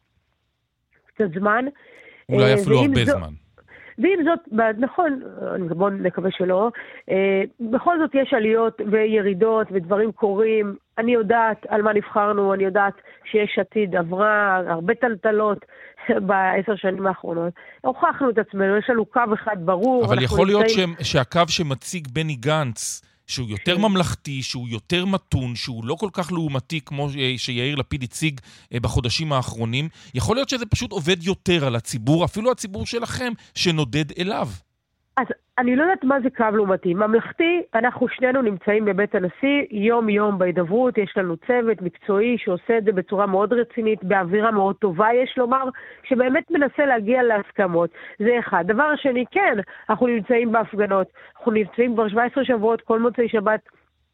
קצת זמן. אולי אפילו הרבה זו... זמן. ואם זאת, נכון, בואו נקווה שלא, בכל זאת יש עליות וירידות ודברים קורים, אני יודעת על מה נבחרנו, אני יודעת שיש עתיד עברה הרבה טלטלות בעשר שנים האחרונות, הוכחנו את עצמנו, יש לנו קו אחד ברור. אבל יכול להיות נמצאים... שהקו שמציג בני גנץ, שהוא יותר ממלכתי, שהוא יותר מתון, שהוא לא כל כך לעומתי כמו שיאיר לפיד הציג בחודשים האחרונים, יכול להיות שזה פשוט עובד יותר על הציבור, אפילו הציבור שלכם, שנודד אליו. אז אני לא יודעת מה זה קו לעומתי. ממלכתי, אנחנו שנינו נמצאים בבית הנשיא, יום יום בהידברות, יש לנו צוות מקצועי שעושה את זה בצורה מאוד רצינית, באווירה מאוד טובה, יש לומר, שבאמת מנסה להגיע להסכמות. זה אחד. דבר השני, כן, אנחנו נמצאים בהפגנות, אנחנו נמצאים כבר שבעה עשר שבועות, כל מוצאי שבת,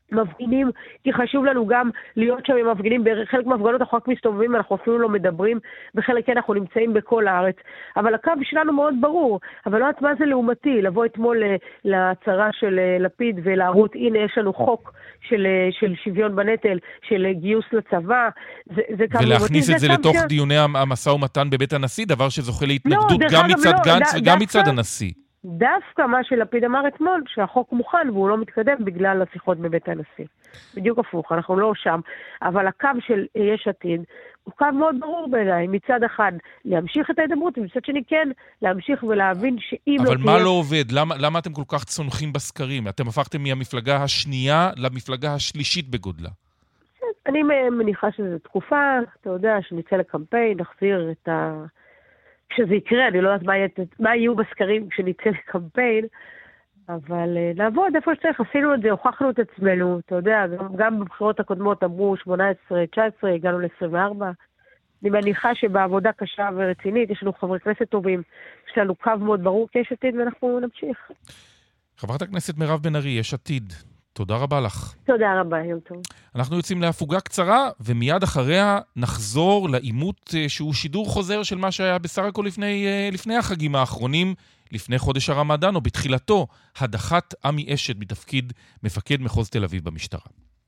מפגינים, כי חשוב לנו גם להיות שם עם מפגינים, בחלק מהפגנות אנחנו רק מסתובבים, אנחנו אפילו לא מדברים, בחלק כן אנחנו נמצאים בכל הארץ, אבל הקו שלנו מאוד ברור, אבל לא יודעת מה זה לעומתי, לבוא אתמול להצהרה של לפיד ולהראות, הנה יש לנו חוק של, של שוויון בנטל, של גיוס לצבא, זה, זה קו לעומתי. ולהכניס זה את זה לתוך ש... דיוני המשא ומתן בבית הנשיא, דבר שזוכה להתנגדות לא, גם מצד לא, גנץ ד... וגם דווקא... מצד הנשיא. דווקא מה שלפיד אמר אתמול, שהחוק מוכן והוא לא מתקדם בגלל השיחות בבית הנשיא. בדיוק הפוך, אנחנו לא שם. אבל הקו של יש עתיד הוא קו מאוד ברור בעיניי. מצד אחד להמשיך את ההידברות, ומצד שני כן להמשיך ולהבין שאם לא תהיה... אבל מה לא עובד? למה, למה אתם כל כך צונחים בסקרים? אתם הפכתם מהמפלגה השנייה למפלגה השלישית בגודלה. אני מניחה שזו תקופה, אתה יודע, שנצא לקמפיין, נחזיר את ה... כשזה יקרה, אני לא יודעת מה, מה יהיו בסקרים כשניצא לקמפיין, אבל נעבוד איפה שצריך, עשינו את זה, הוכחנו את עצמנו, אתה יודע, גם, גם בבחירות הקודמות אמרו שמונה עשרה תשע עשרה, הגענו ל-עשרים וארבע, אני מניחה שבעבודה קשה ורצינית, יש לנו חברי כנסת טובים, יש לנו קו מאוד ברור כי יש עתיד ואנחנו נמשיך. חברת הכנסת מירב בן ארי, יש עתיד. תודה רבה לך. תודה רבה, יום טוב. אנחנו יוצאים להפוגה קצרה, ומיד אחריה נחזור לאימות שהוא שידור חוזר של מה שהיה בסך הכל לפני, לפני החגים האחרונים, לפני חודש הרמדאן, או בתחילתו, הדחת עמי אשד בתפקיד מפקד מחוז תל אביב במשטרה.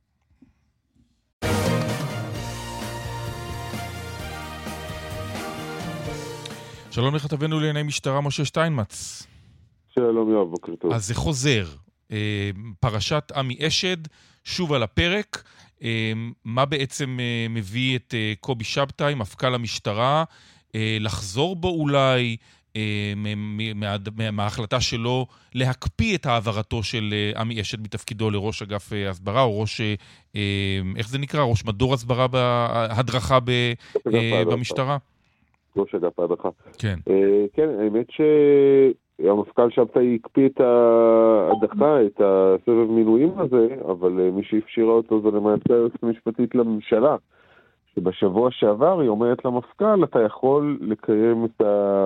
שלום לכתבנו לענייני משטרה, משה שטיינמץ. שלום יואב, בוקר טוב. אז זה חוזר. פרשת עמי אשד, שוב על הפרק, מה בעצם מביא את קובי שבתאי, מפכ"ל המשטרה, לחזור בו אולי מההחלטה שלו להקפיא את העברתו של עמי אשד בתפקידו לראש אגף הסברה, או ראש, איך זה נקרא? ראש מדור הסברה בהדרכה במשטרה? ראש אגף ההדרכה. כן. כן, האמת ש... המפכ"ל שבתאי הקפיא את ההדחה, את הסבב מינויים הזה, אבל מי שאפשרה אותו זה למעשה היועצת המשפטית לממשלה, שבשבוע שעבר היא אומרת למפכ"ל, אתה יכול לקיים את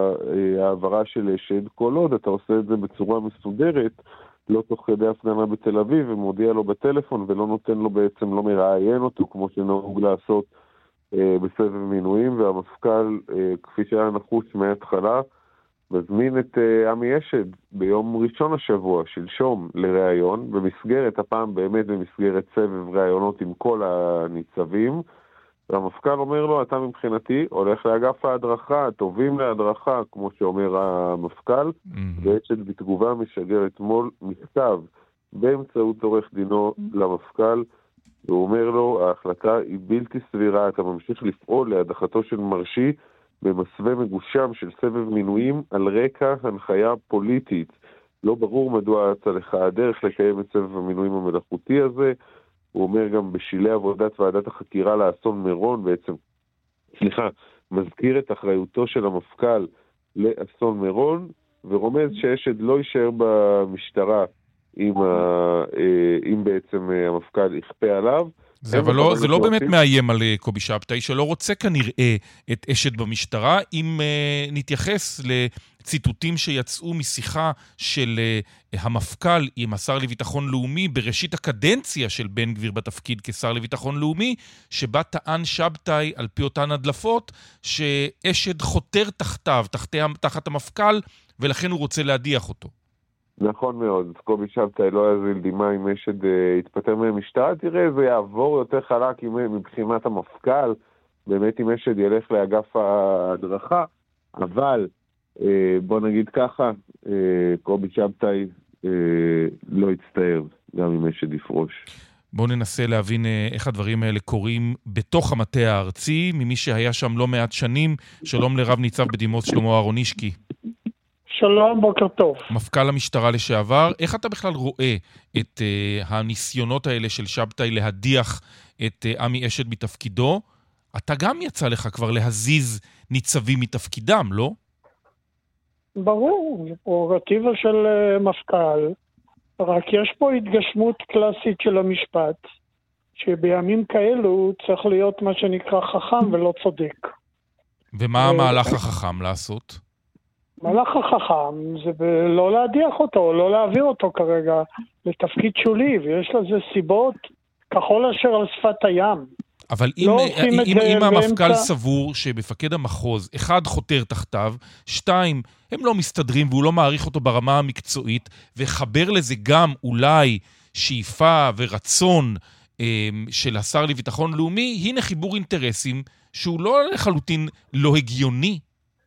העברה של אשד כל עוד, אתה עושה את זה בצורה מסודרת, לא תוך כדי הפגנה בתל אביב, ומודיע לו בטלפון ולא נותן לו בעצם, לא מראיין אותו, כמו שנהוג לעשות בסבב מינויים, והמפכ"ל, כפי שהיה נחוש מההתחלה, מזמין את uh, עמי אשד ביום ראשון השבוע, שלשום, לראיון, במסגרת, הפעם באמת במסגרת סבב ראיונות עם כל הניצבים, והמפכ"ל אומר לו, אתה מבחינתי הולך לאגף ההדרכה, טובים להדרכה, כמו שאומר המפכ"ל, mm-hmm. ואשד בתגובה משגר אתמול מכתב באמצעות עורך דינו למפכ"ל, והוא אומר לו, ההחלטה היא בלתי סבירה, אתה ממשיך לפעול להדחתו של מרשי, במסווה מגושם של סבב מינויים על רקע הנחיה פוליטית. לא ברור מדוע יצא לך הדרך לקיים את סבב המינויים המלאכותי הזה. הוא אומר גם בשילי עבודת ועדת החקירה לאסון מירון, בעצם, סליחה, מזכיר את אחריותו של המפכ"ל לאסון מירון, ורומז שאשד לא יישאר במשטרה אם, ה, אם בעצם המפכ"ל יכפה עליו. זה, אבל לא, זה לא באמת מאיים על קובי שבתאי, שלא רוצה כנראה את אשד במשטרה, אם uh, נתייחס לציטוטים שיצאו משיחה של uh, המפכ"ל עם השר לביטחון לאומי, בראשית הקדנציה של בן גביר בתפקיד כשר לביטחון לאומי, שבה טען שבתאי על פי אותן הדלפות, שאשד חותר תחתיו, תחת, תחת המפכ"ל, ולכן הוא רוצה להדיח אותו. נכון מאוד, קובי שבתאי לא יזיל דמעה אם אשד יתפטר מהמשטרה, תראה, זה יעבור יותר חלק מבחינת המפכ"ל, באמת אם אשד ילך לאגף ההדרכה, אבל בוא נגיד ככה, קובי שבתאי לא יצטער גם אם אשד יפרוש. בואו ננסה להבין איך הדברים האלה קורים בתוך המטה הארצי, ממי שהיה שם לא מעט שנים. שלום לרב ניצב בדימוס שלמה אהרונישקי. שלום, בוקר טוב. מפכ"ל המשטרה לשעבר, איך אתה בכלל רואה את uh, הניסיונות האלה של שבתאי להדיח את uh, עמי אשד בתפקידו? אתה גם יצא לך כבר להזיז ניצבים מתפקידם, לא? ברור, זה פררוגטיבה של uh, מפכ"ל, רק יש פה התגשמות קלאסית של המשפט, שבימים כאלו צריך להיות מה שנקרא חכם ולא צודק. ומה המהלך החכם לעשות? מהלך החכם זה לא להדיח אותו, לא להעביר אותו כרגע לתפקיד שולי, ויש לזה סיבות כחול אשר על שפת הים. אבל אם, לא אם, אם, אם המפכ"ל באמצע... סבור שמפקד המחוז, אחד חותר תחתיו, שתיים, הם לא מסתדרים והוא לא מעריך אותו ברמה המקצועית, וחבר לזה גם אולי שאיפה ורצון אה, של השר לביטחון לאומי, הנה חיבור אינטרסים שהוא לא לחלוטין לא הגיוני.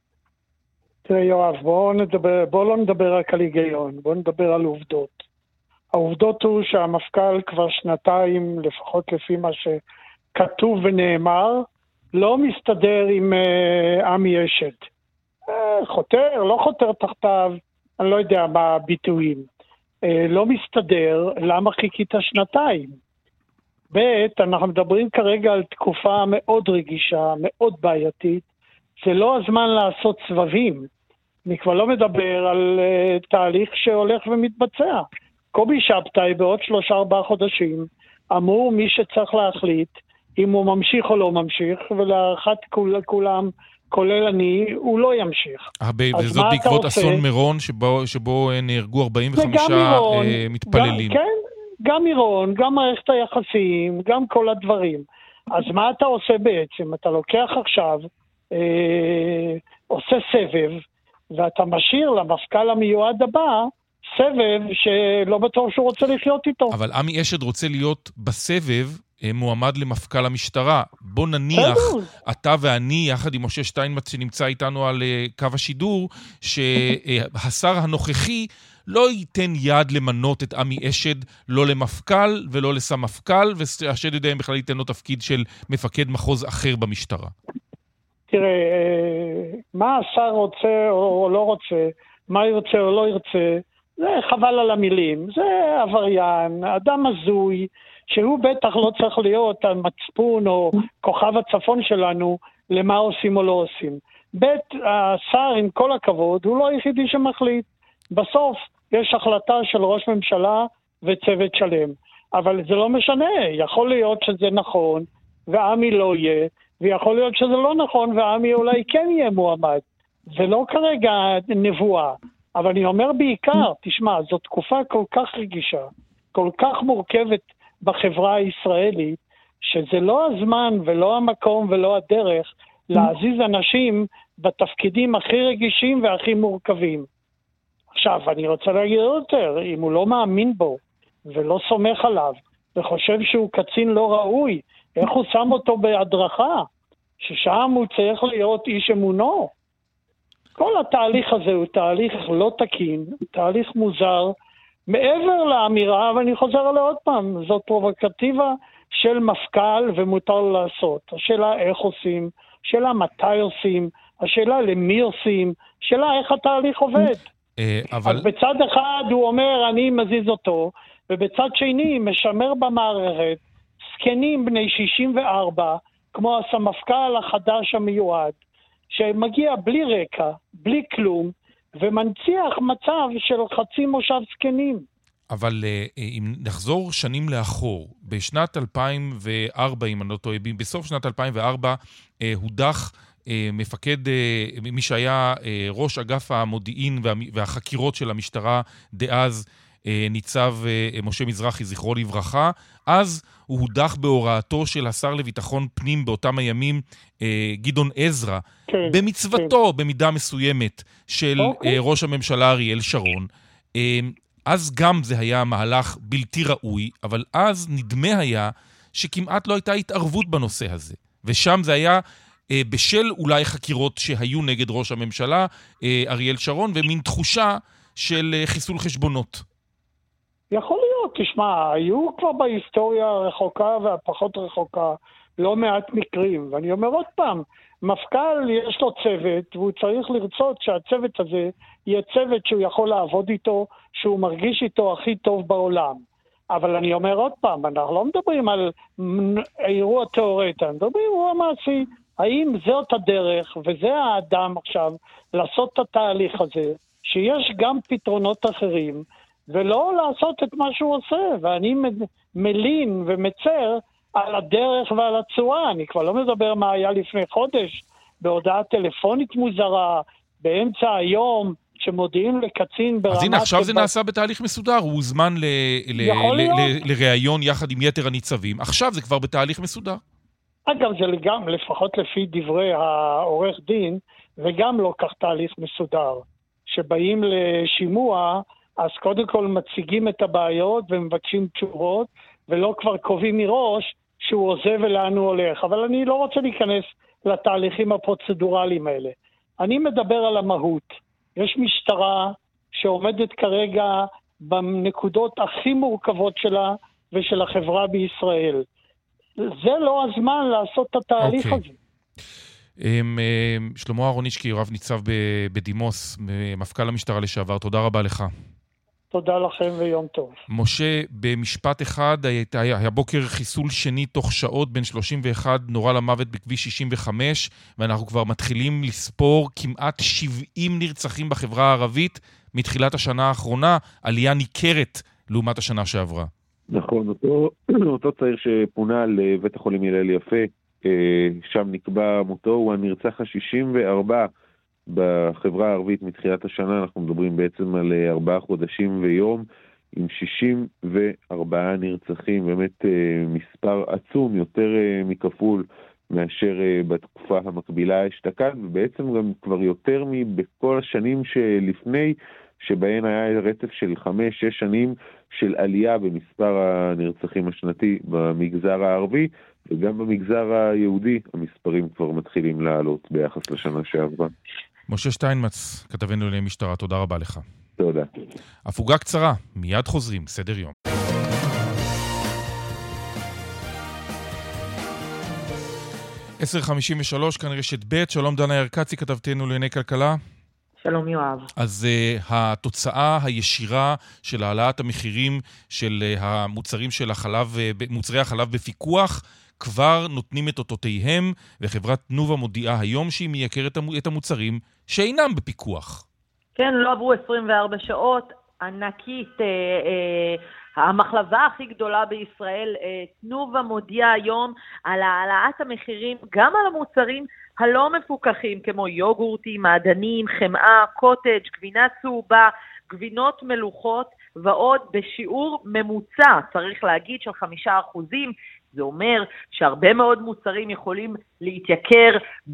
תראה יואב, בואו נדבר, בוא לא נדבר רק על היגיון, בואו נדבר על עובדות. העובדות הוא שהמפכ"ל כבר שנתיים, לפחות לפי מה שכתוב ונאמר, לא מסתדר עם uh, עמי אשד. Uh, חותר, לא חותר תחתיו, אני לא יודע מה הביטויים. Uh, לא מסתדר, למה חיכית שנתיים? ב', אנחנו מדברים כרגע על תקופה מאוד רגישה, מאוד בעייתית, זה לא הזמן לעשות סבבים. אני כבר לא מדבר על uh, תהליך שהולך ומתבצע. קובי שבתאי בעוד שלושה ארבעה חודשים אמור מי שצריך להחליט אם הוא ממשיך או לא ממשיך, ולהערכת כול, כולם, כולל אני, הוא לא ימשיך. וזאת בעקבות אסון מירון שבו, שבו נהרגו ארבעים וחמישה מירון, מתפללים. גם, כן, גם מירון, גם מערכת היחסים, גם כל הדברים. אז מה אתה עושה בעצם? אתה לוקח עכשיו, אה, עושה סבב, ואתה משאיר למפכ"ל המיועד הבא, סבב שלא בטוח שהוא רוצה לחיות איתו. אבל עמי אשד רוצה להיות בסבב מועמד למפכ"ל המשטרה. בוא נניח, אתה ואני, יחד עם משה שטיינמץ שנמצא איתנו על קו השידור, שהשר הנוכחי לא ייתן יד למנות את עמי אשד, לא למפכ"ל ולא לסמפכ"ל, והשד יודע אם בכלל ייתן לו תפקיד של מפקד מחוז אחר במשטרה. תראה, מה השר רוצה או לא רוצה, מה ירצה או לא ירצה, זה חבל על המילים, זה עבריין, אדם הזוי, שהוא בטח לא צריך להיות המצפון או כוכב הצפון שלנו למה עושים או לא עושים. בית השר עם כל הכבוד הוא לא היחידי שמחליט. בסוף יש החלטה של ראש ממשלה וצוות שלם. אבל זה לא משנה, יכול להיות שזה נכון ועמי לא יהיה, ויכול להיות שזה לא נכון ועמי אולי כן יהיה מועמד. זה לא כרגע נבואה. אבל אני אומר בעיקר, תשמע, זו תקופה כל כך רגישה, כל כך מורכבת בחברה הישראלית, שזה לא הזמן ולא המקום ולא הדרך להזיז אנשים בתפקידים הכי רגישים והכי מורכבים. עכשיו, אני רוצה להגיד יותר, אם הוא לא מאמין בו ולא סומך עליו, וחושב שהוא קצין לא ראוי, איך הוא שם אותו בהדרכה? ששם הוא צריך להיות איש אמונו. כל התהליך הזה הוא תהליך לא תקין, תהליך מוזר, מעבר לאמירה, ואני חוזר עליה עוד פעם, זאת פרובוקטיבה של מפכ"ל ומותר לעשות. השאלה איך עושים, השאלה מתי עושים, השאלה למי עושים, השאלה איך התהליך עובד. אבל... אז בצד אחד הוא אומר אני מזיז אותו, ובצד שני משמר במערכת סקנים בני שישים וארבע, כמו הסמפכ"ל החדש המיועד, שמגיע בלי רקע, בלי כלום, ומנציח מצב של חצי מושב סקנים. אבל אם נחזור שנים לאחור, בשנת אלפיים וארבע, אם אני לא טועה, בסוף שנת אלפיים וארבע, הודח מפקד, מי שהיה ראש אגף המודיעין והחקירות של המשטרה דאז, ניצב משה מזרחי, זכרו לברכה. אז הוא הודח בהוראתו של השר לביטחון פנים באותם הימים, גדעון עזרא, כן, במצוותו, כן. במידה מסוימת, של אוקיי. ראש הממשלה אריאל שרון. אז גם זה היה מהלך בלתי ראוי, אבל אז נדמה היה שכמעט לא הייתה התערבות בנושא הזה. ושם זה היה בשל אולי חקירות שהיו נגד ראש הממשלה אריאל שרון, ומין תחושה של חיסול חשבונות. יכול להיות, תשמע, היו כבר בהיסטוריה הרחוקה והפחות רחוקה לא מעט מקרים, ואני אומר עוד פעם, מפכ"ל יש לו צוות, והוא צריך לרצות שהצוות הזה יהיה צוות שהוא יכול לעבוד איתו, שהוא מרגיש איתו הכי טוב בעולם. אבל אני אומר עוד פעם, אנחנו לא מדברים על אירוע תיאורטי, אנחנו מדברים אירוע מעשי. האם זאת הדרך, וזה האדם עכשיו, לעשות את התהליך הזה, שיש גם פתרונות אחרים, ולא לעשות את מה שהוא עושה, ואני מלין ומצר על הדרך ועל הצורה. אני כבר לא מדבר מה היה לפני חודש, בהודעה טלפונית מוזרה, באמצע היום, שמודיעים לקצין ברמת... אז הנה, עכשיו זה נעשה בתהליך מסודר, הוא הוזמן לראיון יחד עם יתר הניצבים, עכשיו זה כבר בתהליך מסודר. אגב, זה גם, לפחות לפי דברי העורך דין, וגם לא כך תהליך מסודר. שבאים לשימוע, אז קודם כל מציגים את הבעיות ומבקשים תשובות, ולא כבר קובעים מראש שהוא עוזב ולאן הוא הולך. אבל אני לא רוצה להיכנס לתהליכים הפרוצדורליים האלה. אני מדבר על המהות. יש משטרה שעומדת כרגע בנקודות הכי מורכבות שלה ושל החברה בישראל. זה לא הזמן לעשות את התהליך okay. הזה. שלמה אהרונישקי, רב ניצב בדימוס, מפכ"ל המשטרה לשעבר, תודה רבה לך. תודה לכם ויום טוב. משה, במשפט אחד, היה בוקר חיסול שני תוך שעות, בין שלושים ואחת נורא למוות בכביש שישים וחמש, ואנחנו כבר מתחילים לספור כמעט שבעים נרצחים בחברה הערבית מתחילת השנה האחרונה, עלייה ניכרת לעומת השנה שעברה. נכון, אותו, אותו צעיר שפונה לבית החולים הלל יפה, שם נקבע מותו, הוא הנרצח ה-שישים וארבע בחברה הערבית מתחילת השנה. אנחנו מדברים בעצם על ארבעה חודשים ויום עם שישים וארבעה נרצחים, באמת מספר עצום, יותר מכפול מאשר בתקופה המקבילה אשתקד, ובעצם גם כבר יותר מבכל השנים שלפני, שבהן היה רצף של חמש, שש שנים של עלייה במספר הנרצחים השנתי במגזר הערבי, וגם במגזר היהודי המספרים כבר מתחילים לעלות ביחס לשנה שעברה. משה שטיינמץ, כתבנו לענייני משטרה, תודה רבה לך. תודה. הפוגה קצרה, מיד חוזרים, סדר יום. עשר חמישים ושלוש, כאן רשת ב', שלום דנה ירקצי, כתבתנו לענייני כלכלה. שלום יואב. אז uh, התוצאה הישירה של העלאת המחירים של uh, המוצרים של החלב, uh, מוצרי החלב בפיקוח, כבר נותנים את אותותיהם, וחברת תנובה מודיעה היום שהיא מייקרת את המוצרים שאינם בפיקוח. כן, לא עברו עשרים וארבע שעות, ענקית, אה, אה, המחלבה הכי גדולה בישראל, אה, תנובה מודיעה היום על העלאת המחירים, גם על המוצרים הלא מפוקחים, כמו יוגורטים, מעדנים, חמאה, קוטג', גבינה צהובה, גבינות מלוכות, ועוד בשיעור ממוצע, צריך להגיד, של חמישה אחוזים. זה אומר שהרבה מאוד מוצרים יכולים להתייקר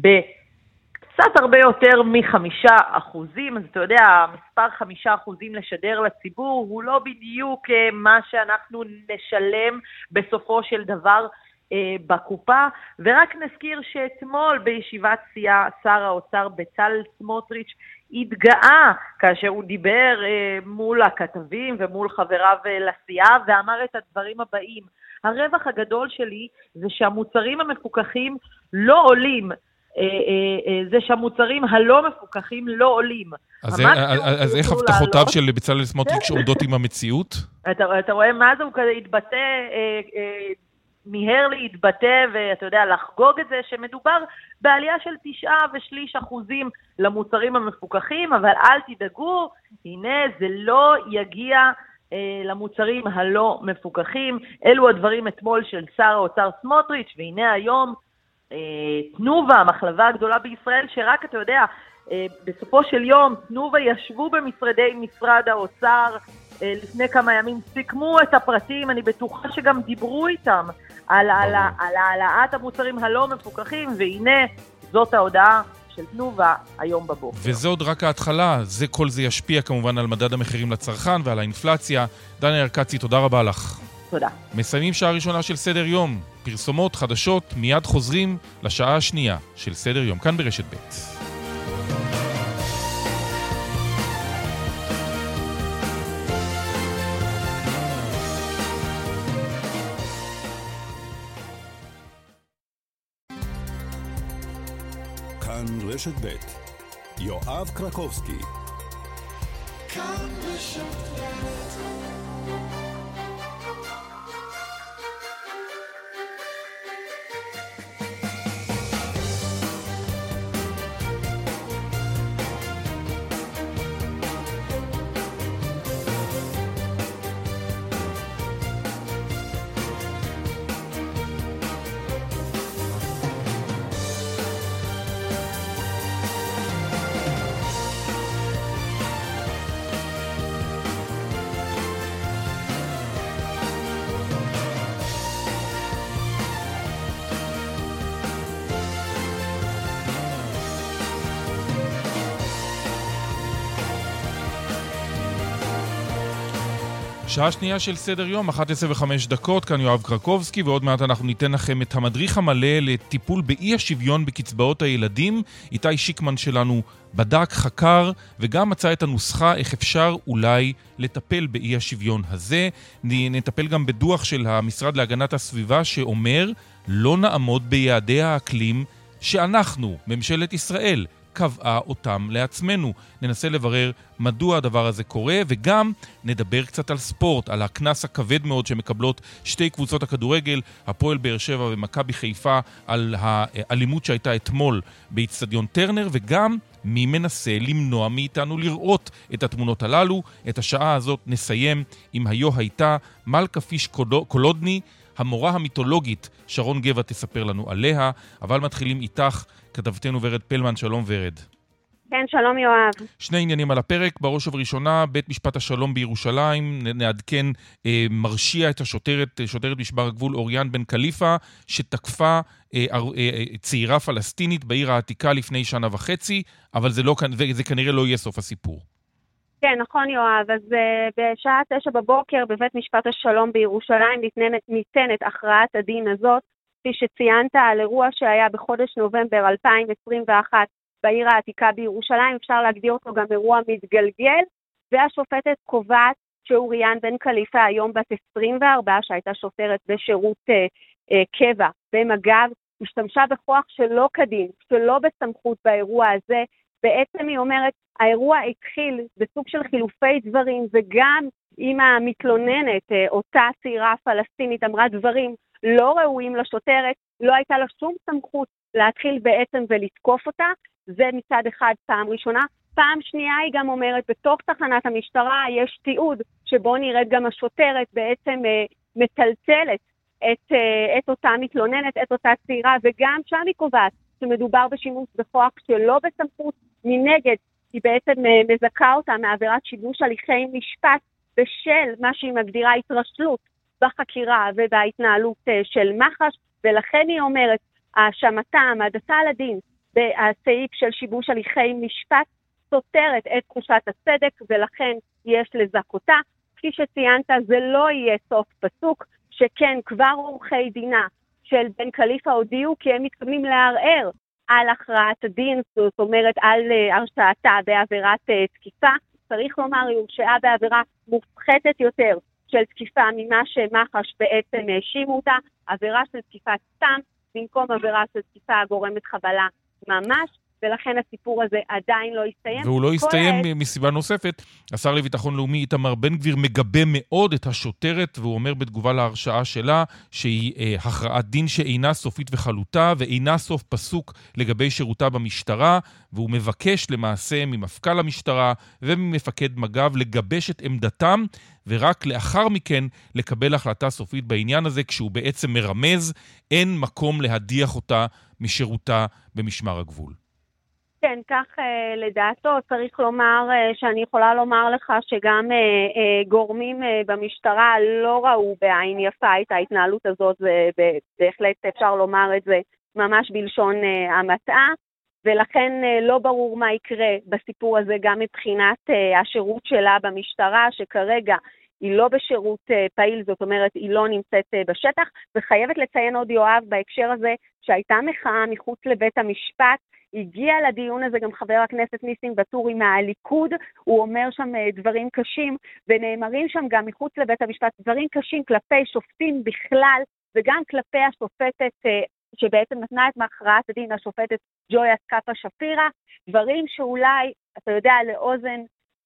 בקצת הרבה יותר מחמישה אחוזים. אז אתה יודע, המספר חמישה אחוזים לשדר לציבור הוא לא בדיוק מה שאנחנו נשלם בסופו של דבר אה, בקופה. ורק נזכיר שאתמול בישיבת סיעה שר האוצר בצלאל סמוטריץ' התגאה כאשר הוא דיבר אה, מול הכתבים ומול חבריו לסיעה, ואמר את הדברים הבאים: הרווח הגדול שלי זה שהמוצרים המפוקחים לא עולים, זה שהמוצרים הלא מפוקחים לא עולים. אז איך הבטחותיו של בצלאל סמוטריץ' עומדות עם המציאות? אתה רואה מה זה? הוא כזה התבטא, מיהר להתבטא, ואתה יודע, לחגוג את זה, שמדובר בעלייה של תשעה ושליש אחוזים למוצרים המפוקחים, אבל אל תדאגו, הנה זה לא יגיע למוצרים הלא מפוקחים. אלו הדברים אתמול של שר האוצר סמוטריץ', והנה היום תנובה, המחלבה הגדולה בישראל, שרק אתה יודע, בסופו של יום תנובה ישבו במשרדי משרד האוצר לפני כמה ימים, סיכמו את הפרטים, אני בטוחה שגם דיברו איתם על העלאת המוצרים הלא מפוקחים, והנה זאת ההודעה של תנובה היום בבוקר. וזה עוד רק ההתחלה, זה כל זה ישפיע כמובן על מדד המחירים לצרכן ועל האינפלציה. דנה ירקצי, תודה רבה לך. תודה. מסיימים שעה ראשונה של סדר יום, פרסומות חדשות, מיד חוזרים לשעה השנייה של סדר יום, כאן ברשת ב'. רשת ב' יואב קרקובסקי. כאן רשת ב'. שעה שנייה של סדר יום, אחת עשרה וחמש דקות, כאן יואב קרקובסקי, ועוד מעט אנחנו ניתן לכם את המדריך המלא לטיפול באי השוויון בקצבאות הילדים. איתי שיקמן שלנו בדק, חקר, וגם מצא את הנוסחה איך אפשר אולי לטפל באי השוויון הזה. נטפל גם בדוח של המשרד להגנת הסביבה שאומר, לא נעמוד ביעדי האקלים שאנחנו, ממשלת ישראל, קבעה אותם לעצמנו. ננסה לברר מדוע הדבר הזה קורה, וגם נדבר קצת על ספורט, על הכנס הכבד מאוד שמקבלות שתי קבוצות הכדורגל, הפועל באר שבע ומכבי חיפה, על האלימות שהייתה אתמול באצטדיון טרנר, וגם מי מנסה למנוע מאיתנו לראות את התמונות הללו. את השעה הזאת נסיים עם היו הייתה מלכה פיש קולודני, המורה המיתולוגית שרון גבע תספר לנו עליה, אבל מתחילים איתך, כתבתנו ורד פלמן. שלום ורד. כן, שלום יואב. שני עניינים על הפרק. בראש ובראשונה, בית משפט השלום בירושלים נעדכן, אה, מרשיע את השוטרת, שוטרת משמר הגבול אוריאן בן קליפה, שתקפה אה, אה, צעירה פלסטינית בעיר העתיקה לפני שנה וחצי, אבל זה, לא, זה כנראה לא יהיה סוף הסיפור. כן, נכון יואב. אז uh, בשעה תשע בבוקר בבית משפט השלום בירושלים ניתנת, ניתנת הכרעת הדין הזאת, כפי שציינת, על אירוע שהיה בחודש נובמבר אלפיים עשרים ואחת בעיר העתיקה בירושלים. אפשר להגדיר אותו גם אירוע מתגלגל, והשופטת קובעת שאוריאן בן קליפה, היום בת עשרים וארבע, שהייתה שוטרת בשירות uh, uh, קבע במג"ב, השתמשה בכוח שלא כדין, שלא בסמכות באירוע הזה. בעצם היא אומרת, האירוע התחיל בסוג של חילופי דברים, וגם אם המתלוננת, אותה צעירה פלסטינית, אמרה דברים לא ראויים לשוטרת, לא הייתה לה שום סמכות להתחיל בעצם ולתקוף אותה. זה מצד אחד פעם ראשונה. פעם שנייה היא גם אומרת, בתוך תחנת המשטרה יש תיעוד שבו נראית גם השוטרת בעצם מטלטלת את, את אותה מתלוננת, את אותה צעירה, וגם שם היא קובעת שמדובר בשימוש בכוח שלא בסמכות. מנגד, היא בעצם מזכה אותה מעבירת שיבוש הליכי משפט בשל מה שהיא מגדירה התרשלות בחקירה ובהתנהלות של מח"ש, ולכן היא אומרת, האשמתה, העמדתה לדין בסעיף של שיבוש הליכי משפט סותרת את תחושת הצדק, ולכן יש לזכותה. כפי שציינת, זה לא יהיה סוף פסוק, שכן כבר עורכי דינה של בן קליפה הודיעו כי הם מתכוונים לערער על הכרעת הדין, זאת אומרת על הרשעתה בעבירת תקיפה. צריך לומר, היא הורשעה בעבירה מופחתת יותר של תקיפה ממה שמח"ש בעצם האשימו אותה, עבירה של תקיפת סתם במקום עבירה של תקיפה גורמת חבלה ממש, ולכן הסיפור הזה עדיין לא יסתיים. והוא לא יסתיים העת... מסיבה נוספת. השר לביטחון לאומי איתמר בן גביר מגבה מאוד את השוטרת, והוא אומר בתגובה להרשעה שלה שהיא אה, הכרעת דין שאינה סופית וחלוטה, ואינה סוף פסוק לגבי שירותה במשטרה, והוא מבקש למעשה ממפכ"ל המשטרה וממפקד מג"ב לגבש את עמדתם, ורק לאחר מכן לקבל החלטה סופית בעניין הזה, כשהוא בעצם מרמז, אין מקום להדיח אותה משירותה במשמר הגבול. כן, כך אה, לדעתו. צריך לומר אה, שאני יכולה לומר לך שגם אה, אה, גורמים אה, במשטרה לא ראו בעין יפה את ההתנהלות הזאת, ובהחלט אפשר לומר את זה ממש בלשון אה, המעטה, ולכן אה, לא ברור מה יקרה בסיפור הזה גם מבחינת אה, השירות שלה במשטרה, שכרגע היא לא בשירות אה, פעיל, זאת אומרת היא לא נמצאת אה, בשטח. וחייבת לציין עוד יואב בהקשר הזה שהייתה מחאה מחוץ לבית המשפט, הגיע לדיון הזה גם חבר הכנסת ניסים ואטורי מהליכוד, הוא אומר שם דברים קשים, ונאמרים שם גם מחוץ לבית המשפט דברים קשים כלפי שופטים בכלל, וגם כלפי השופטת שבעצם נתנה את מהכרעת הדין, השופטת ג'ויה סקאפה שפירא, דברים שאולי, אתה יודע, לאוזן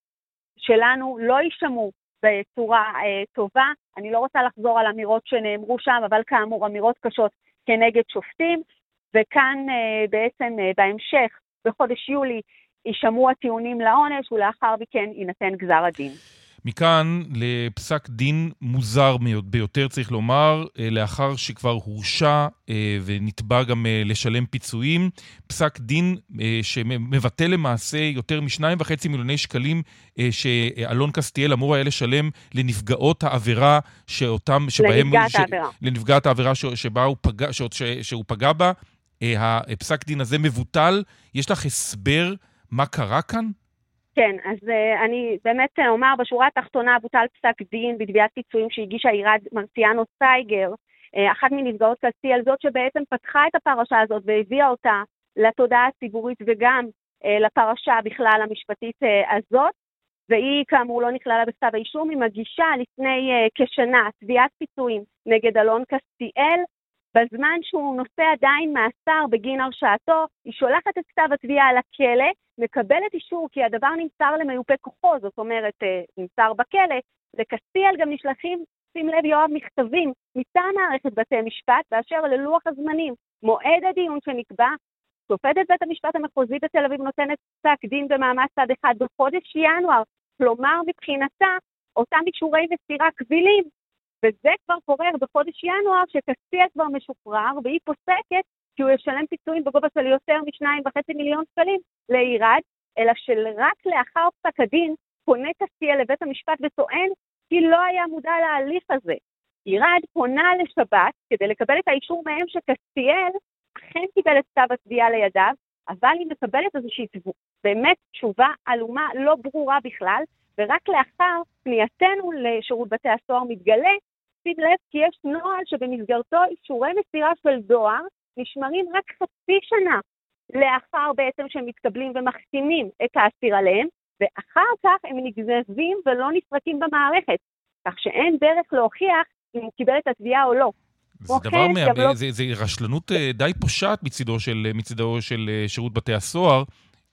שלנו לא יישמעו בצורה אה, טובה. אני לא רוצה לחזור על אמירות שנאמרו שם, אבל כאמור אמירות קשות כנגד שופטים, וכאן uh, בעצם uh, בהמשך, בחודש יולי, יישמעו הטיעונים לעונש, ולאחר מכן יינתן גזר הדין. מכאן לפסק דין מוזר ביותר, צריך לומר, לאחר שכבר הורשע ונתבע גם לשלם פיצויים, פסק דין שמבטא למעשה יותר משניים וחצי מיליוני שקלים שאלון קסטיאל אמור היה לשלם לנפגעות העבירה שאותם, שבהם, לנפגעת העבירה. לנפגעת העבירה שבה הוא פגע, שהוא פגע בה. הפסק דין הזה מבוטל. יש לך הסבר מה קרה כאן? כן, אז uh, אני באמת אומר, בשורה התחתונה בוטל פסק דין בתביעת פיצויים שהגישה עירד מרציאנו סייגר, uh, אחת מנפגעות קסטיאל, זאת שבעצם פתחה את הפרשה הזאת והביאה אותה לתודעה הציבורית וגם uh, לפרשה בכלל המשפטית uh, הזאת, והיא כאמור לא נכללה בכתב האישום, היא מגישה לפני uh, כשנה תביעת פיצויים נגד אלון קסטיאל, בזמן שהוא נושא עדיין מאסר בגין הרשעתו, היא שולחת את כתב התביעה לכלא, מקבלת אישור כי הדבר נמסר למיופה כוחו, זאת אומרת, נמסר בכלא, לקסטיאל גם נשלחים, שים לב יואב, מכתבים מטעם מערכת בתי משפט, באשר ללוח הזמנים, מועד הדיון שנקבע, שופטת בית המשפט המחוזי בתל אביב נותנת פסק דין במעמד צד אחד בחודש ינואר, כלומר מבחינתה, אותם אישורי מסירה קבילים, וזה כבר קורה בחודש ינואר, שקסטיאל כבר משוחרר, והיא פוסקת כי הוא ישלם פיצויים בגובה של יותר משניים וחצי מיליון שקלים לעירד, אלא שרק לאחר פסק הדין פונה קסטיאל לבית המשפט וטוען כי לא היה מודע להליך הזה. עירד פונה לשב"ס כדי לקבל את האישור מהם שקסטיאל אכן קיבל את כתב התביעה לידיו, אבל היא מקבלת איזושהי באמת תשובה עלומה לא ברורה בכלל, ורק לאחר פנייתנו לשירות בתי הסוהר מתגלה, שים לב כי יש נוהל שבמסגרתו אישורי מסירה של דואר נשמרים רק חצי שנה לאחר בעצם שהם מתקבלים ומחתימים את האסיר עליהם, ואחר כך הם נגזבים ולא נסרקים במערכת, כך שאין דרך להוכיח אם הוא קיבל את התביעה או לא. זה דבר מה... לא... זה, זה רשלנות די פושעת מצידו של, מצידו של שירות בתי הסוהר,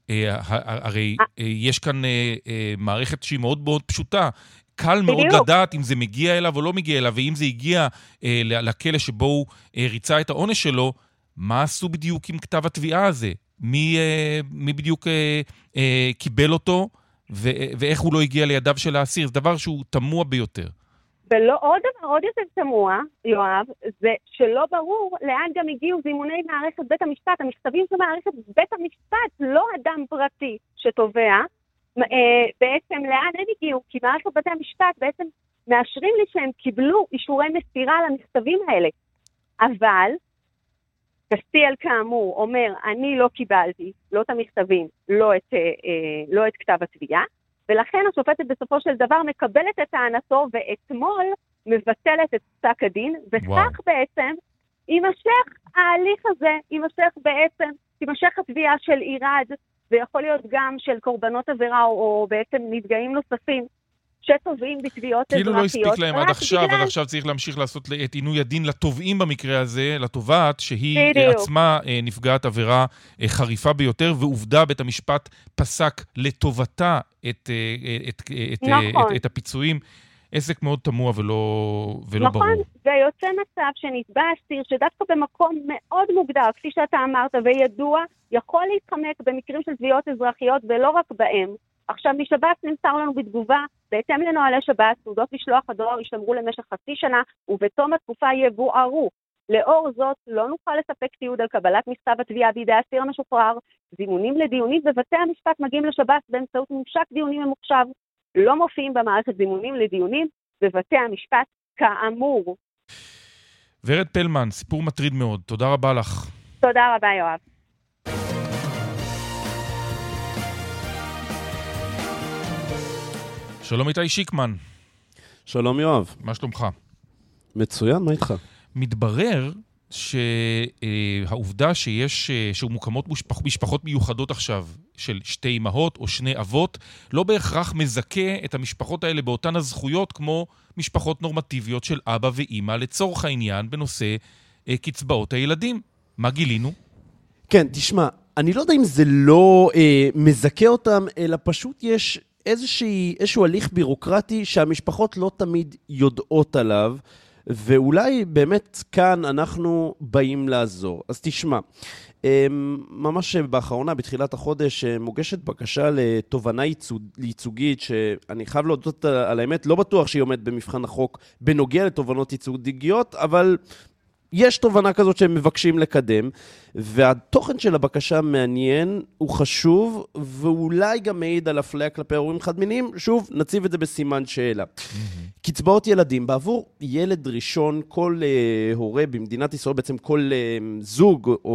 הרי יש כאן מערכת שהיא מאוד מאוד פשוטה, קל מאוד לדעת אם זה מגיע אליו או לא מגיע אליו, ואם זה הגיע לכלא שבו הוא ריצה את העונש שלו, מה עשו בדיוק עם כתב התביעה הזה? מי, מי בדיוק קיבל אותו, ואיך הוא לא הגיע לידיו של האסיר? זה דבר שהוא תמוה ביותר. ולא עוד דבר, עוד יותר תמוה, יואב, זה שלא ברור לאן גם הגיעו זימוני מערכת בית המשפט. המכתבים של מערכת בית המשפט, לא אדם פרטי שתובע, בעצם לאן הם הגיעו? כי מערכת בתי המשפט בעצם מאשרים לי שהם קיבלו אישורי מסירה למכתבים האלה. אבל קסטיאל כאמור אומר, אני לא קיבלתי, לא את המכתבים, לא את, לא את כתב התביעה, ולכן השופטת בסופו של דבר מקבלת את טענתו, ואתמול מבטלת את פסק הדין, וכך בעצם יימשך ההליך הזה, יימשך בעצם, יימשך התביעה של עירד, ויכול להיות גם של קורבנות עבירה, או, או בעצם נפגעים נוספים, שתובעים בתביעות אזרחיות. כאילו לא הספיק להם עד עכשיו, עד עכשיו צריך להמשיך לעשות את עינוי הדין לתובעים במקרה הזה, לתובעת שהיא עצמה נפגעת עבירה חריפה ביותר, ועובדה בית המשפט פסק לטובתה את, את, את, נכון. את, את הפיצויים. עסק מאוד תמוה ולא, ולא נכון, ברור. נכון, ויוצא מצב שנתבע אסיר שדווקא במקום מאוד מוגדר, כפי שאתה אמרת, וידוע, יכול להתחמק במקרים של תביעות אזרחיות ולא רק בהם. עכשיו, משב"ס נמסר לנו בתגובה, בהתאם לנוהלי שב"ס, תעודות משלוח הדואר ישמרו למשך חצי שנה, ובתום התקופה יבוארו. לאור זאת, לא נוכל לספק תיעוד על קבלת מכתב התביעה בידי האסיר המשוחרר. זימונים לדיונים בבתי המשפט מגיעים לשב"ס באמצעות ממשק דיונים ממוחשב. לא מופיעים במערכת זימונים לדיונים בבתי המשפט כאמור. ורד פלמן, סיפור מטריד מאוד. תודה רבה לך. תודה רבה, יואב. שלום איתי שיקמן. שלום יואב. מה שלומך? מצוין, מה איתך? מתברר שהעובדה שיש, שמוקמות משפח, משפחות מיוחדות עכשיו של שתי אמהות או שני אבות, לא בהכרח מזכה את המשפחות האלה באותן הזכויות כמו משפחות נורמטיביות של אבא ואמא, לצורך העניין בנושא קצבאות הילדים. מה גילינו? כן, תשמע, אני לא יודע אם זה לא אה, מזכה אותם, אלא פשוט יש איזושהי, איזשהו הליך בירוקרטי שהמשפחות לא תמיד יודעות עליו, ואולי באמת כאן אנחנו באים לעזור. אז תשמע, ממש באחרונה, בתחילת החודש, מוגשת בקשה לתובנה ייצוגית, שאני חייב להודות על האמת, לא בטוח שהיא עומד במבחן החוק בנוגע לתובנות ייצוגיות, אבל יש תובנה כזאת שהם מבקשים לקדם, והתוכן של הבקשה מעניין, הוא חשוב, ואולי גם מעיד על אפליה כלפי הורים חד-מיניים. שוב, נציב את זה בסימן שאלה. Mm-hmm. קצבאות ילדים, בעבור ילד ראשון, כל uh, הורה במדינת ישראל, בעצם כל uh, זוג או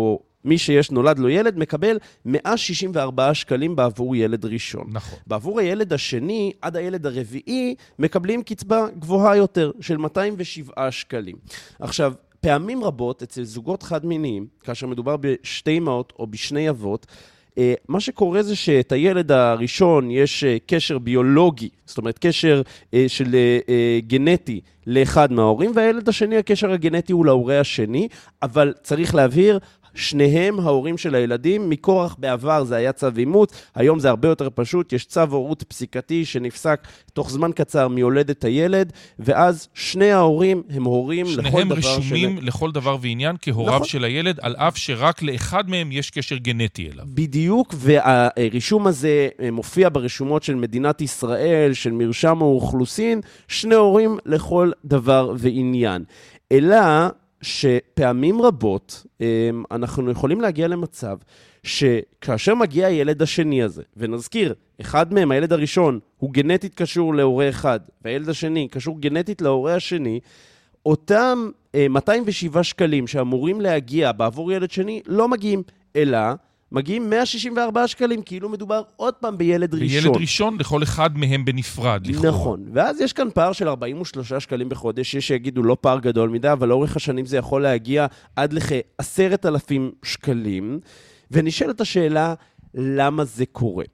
מי שיש נולד לו ילד מקבל מאה שישים וארבעה שקלים בעבור ילד ראשון. נכון. בעבור הילד השני, עד הילד הרביעי, מקבלים קצבה גבוהה יותר, של מאתיים ושבעה שקלים. עכשיו, פעמים רבות אצל זוגות חד-מיניים, כאשר מדובר בשתי אמהות או בשני אבות, מה שקורה זה שאת הילד הראשון יש קשר ביולוגי, זאת אומרת קשר של גנטי לאחד מההורים, והילד השני הקשר הגנטי הוא להורה השני, אבל צריך להבהיר, שניהם ההורים של הילדים, מכורח בעבר זה היה צו אימוץ, היום זה הרבה יותר פשוט, יש צו הורות פסיקתי שנפסק תוך זמן קצר מיולדת הילד, ואז שני ההורים הם הורים לכל דבר שלהם. שניהם רשומים לכל דבר ועניין כהוריו נכון. של הילד, על אף שרק לאחד מהם יש קשר גנטי אליו. בדיוק, והרישום הזה מופיע ברשומות של מדינת ישראל, של מרשם האוכלוסין, שני הורים לכל דבר ועניין. אלא שפעמים רבות אנחנו יכולים להגיע למצב שכאשר מגיע הילד השני הזה, ונזכיר, אחד מהם, הילד הראשון, הוא גנטית קשור להורה אחד, והילד השני קשור גנטית להורה השני, אותם מאתיים ושבעה שקלים שאמורים להגיע בעבור ילד שני לא מגיעים, אלא מגיעים מאה שישים וארבעה שקלים, כאילו מדובר עוד פעם בילד ראשון. בילד ראשון לכל אחד מהם בנפרד, לכאורה. נכון, ואז יש כאן פער של ארבעים ושלושה שקלים בחודש, יש שיגידו לא פער גדול מדי, אבל לאורך השנים זה יכול להגיע עד לכ-עשרת אלפים שקלים, ונשאלת השאלה, למה זה קורה?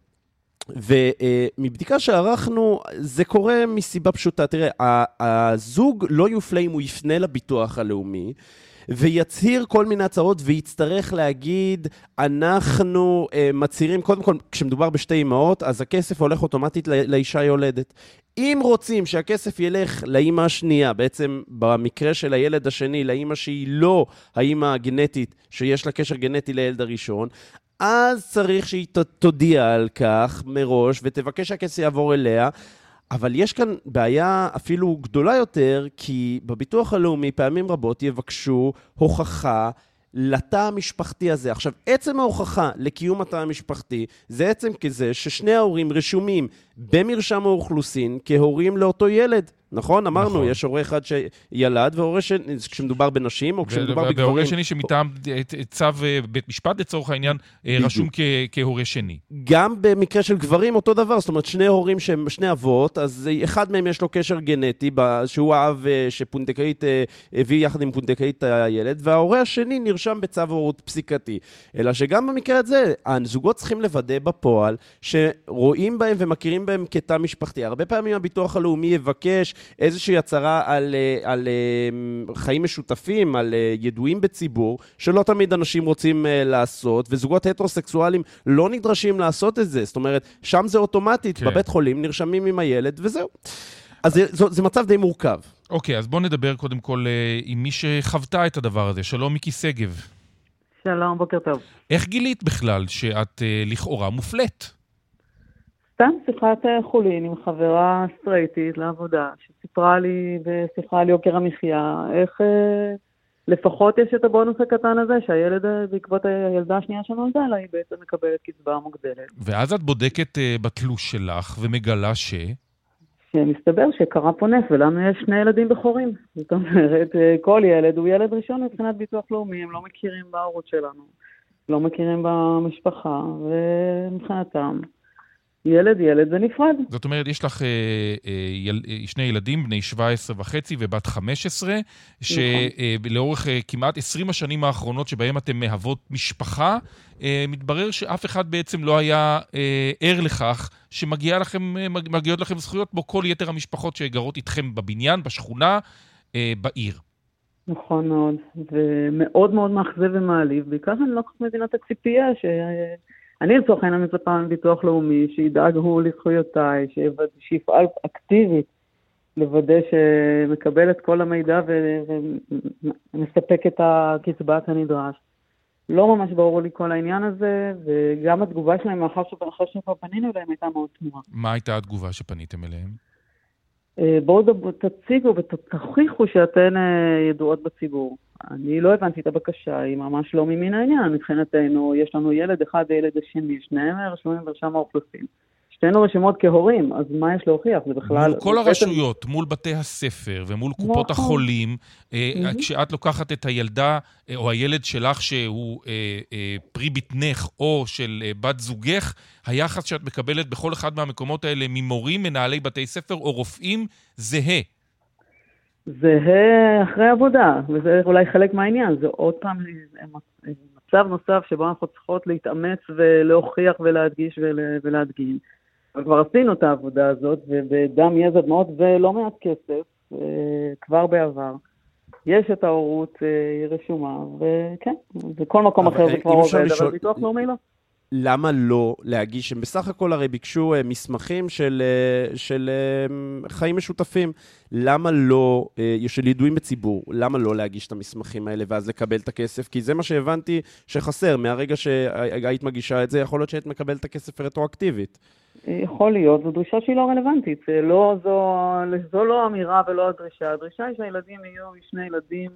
ומבדיקה שערכנו, זה קורה מסיבה פשוטה. תראה, הזוג לא יופלה אם הוא יפנה לביטוח הלאומי, ויצהיר כל מיני הצהרות ויצטרך להגיד, אנחנו uh, מצהירים, קודם כל, כשמדובר בשתי אמהות, אז הכסף הולך אוטומטית לא, לאישה יולדת. אם רוצים שהכסף ילך לאמא השנייה, בעצם במקרה של הילד השני, לאמא שהיא לא האמא הגנטית, שיש לה קשר גנטי לילד הראשון, אז צריך שהיא תודיע על כך מראש, ותבקש שהכסף יעבור אליה, אבל יש כאן בעיה אפילו גדולה יותר, כי בביטוח הלאומי פעמים רבות יבקשו הוכחה לתא המשפחתי הזה. עכשיו, עצם ההוכחה לקיום התא המשפחתי, זה עצם כזה ששני ההורים רשומים במרשם האוכלוסין כהורים לאותו ילד. נכון? אמרנו, נכון. יש הורה אחד שילד, והורה ש... כשמדובר בנשים, או כשמדובר בגברים. והורה שני שמטעם צו בית משפט, לצורך העניין, בדיוק. רשום כ... כהורה שני. גם במקרה של גברים, אותו דבר. זאת אומרת, שני הורים שהם שני אבות, אז אחד מהם יש לו קשר גנטי, שהוא האב שפונדקאית הביא יחד עם פונדקאית הילד, וההורה השני נרשם בצו הורות פסיקתי. אלא שגם במקרה הזה, הזוגות צריכים לוודא בפועל, שרואים בהם ומכירים בהם כתא משפחתי. הרבה פעמים הביטוח הלאומי יבקש איזושהי הצהרה על, על חיים משותפים, על ידועים בציבור, שלא תמיד אנשים רוצים לעשות, וזוגות הטרוסקסואלים לא נדרשים לעשות את זה. זאת אומרת, שם זה אוטומטית, כן. בבית חולים נרשמים עם הילד, וזהו. אז זה, זה, זה מצב די מורכב. אוקיי, אז בוא נדבר קודם כל עם מי שחוותה את הדבר הזה. שלום מיקי סגב. שלום, בוקר טוב. איך גילית בכלל שאת לכאורה מופלט? סתם שיחת חולין עם חברה סטרייטית לעבודה, שסיפרה לי בשיחה על יוקר המחיה, איך אה, לפחות יש את הבונוס הקטן הזה, שהילד, בעקבות הילדה השנייה שנולדה לה, היא בעצם מקבלת קצבה מוגדלת. ואז את בודקת אה, בתלוש שלך ומגלה ש... שמסתבר שקרה פה נס, ולנו יש שני ילדים בחורים. זאת אומרת, כל ילד הוא ילד ראשון מבחינת ביטוח לאומי, הם לא מכירים בהורות שלנו, לא מכירים במשפחה, ומבחינתם... ילד, ילד זה נפרד. זאת אומרת, יש לך אה, אה, יל, אה, שני ילדים, בני שבע עשרה וחצי ובת חמש עשרה, שלאורך אה, כמעט עשרים השנים האחרונות שבהם אתם מהוות משפחה, אה, מתברר שאף אחד בעצם לא היה אה, ער לכך שמגיעות לכם, מגיעות לכם זכויות בו כל יתר המשפחות שגרות איתכם בבניין, בשכונה, אה, בעיר. נכון מאוד, ומאוד מאוד מאכזב ומעליב, בעיקר אני לא כל מדינת הציפייה ש... אני לצורך העניין מצפה מביטוח לאומי, שידאג הוא לזכויותיי, שיפעל אקטיבית, לוודא שמקבל את כל המידע ומספק את הקצבה הנדרש. לא ממש ברור לי כל העניין הזה, וגם התגובה שלהם, מאחר שכבר פנינו אליהם, הייתה מאוד תמוהה. מה הייתה התגובה שפניתם אליהם? בואו תציגו ותוכיחו שאתן ידועות בציבור. אני לא הבנתי את הבקשה, היא ממש לא ממין העניין. מבחינתנו, יש לנו ילד אחד וילד השני, שניהם רשומים ברשם האוכלוסין. שתינו רשימות כהורים, אז מה יש להוכיח? זה בכלל... מול כל הרשויות, מול בתי הספר ומול קופות החולים, כשאת לוקחת את הילדה או הילד שלך שהוא פרי בטנך או של בת זוגך, היחס שאת מקבלת בכל אחד מהמקומות האלה ממורים, מנהלי בתי ספר או רופאים, זהה. זהה אחרי עבודה, וזה אולי חלק מהעניין. זה עוד פעם מצב נוסף שבו אנחנו צריכות להתאמץ ולהוכיח ולהדגיש ולהדגים. כבר עשינו את העבודה הזאת, ובדם יזע דמעות ולא מעט כסף, כבר בעבר. יש את ההורות, היא רשומה, וכן, בכל מקום אחר זה כבר עובד, אבל ביטוח לאומי לא. למה לא להגיש? הם בסך הכל הרי ביקשו מסמכים של, של חיים משותפים. למה לא, של ידועים בציבור, למה לא להגיש את המסמכים האלה ואז לקבל את הכסף? כי זה מה שהבנתי שחסר. מהרגע שהיית מגישה את זה, יכול להיות שהיית מקבל את הכסף רטרואקטיבית. יכול להיות, זו דרישה שהיא לא רלוונטית. לא, זו, זו לא אמירה ולא הדרישה. הדרישה היא שהילדים יהיו שני ילדים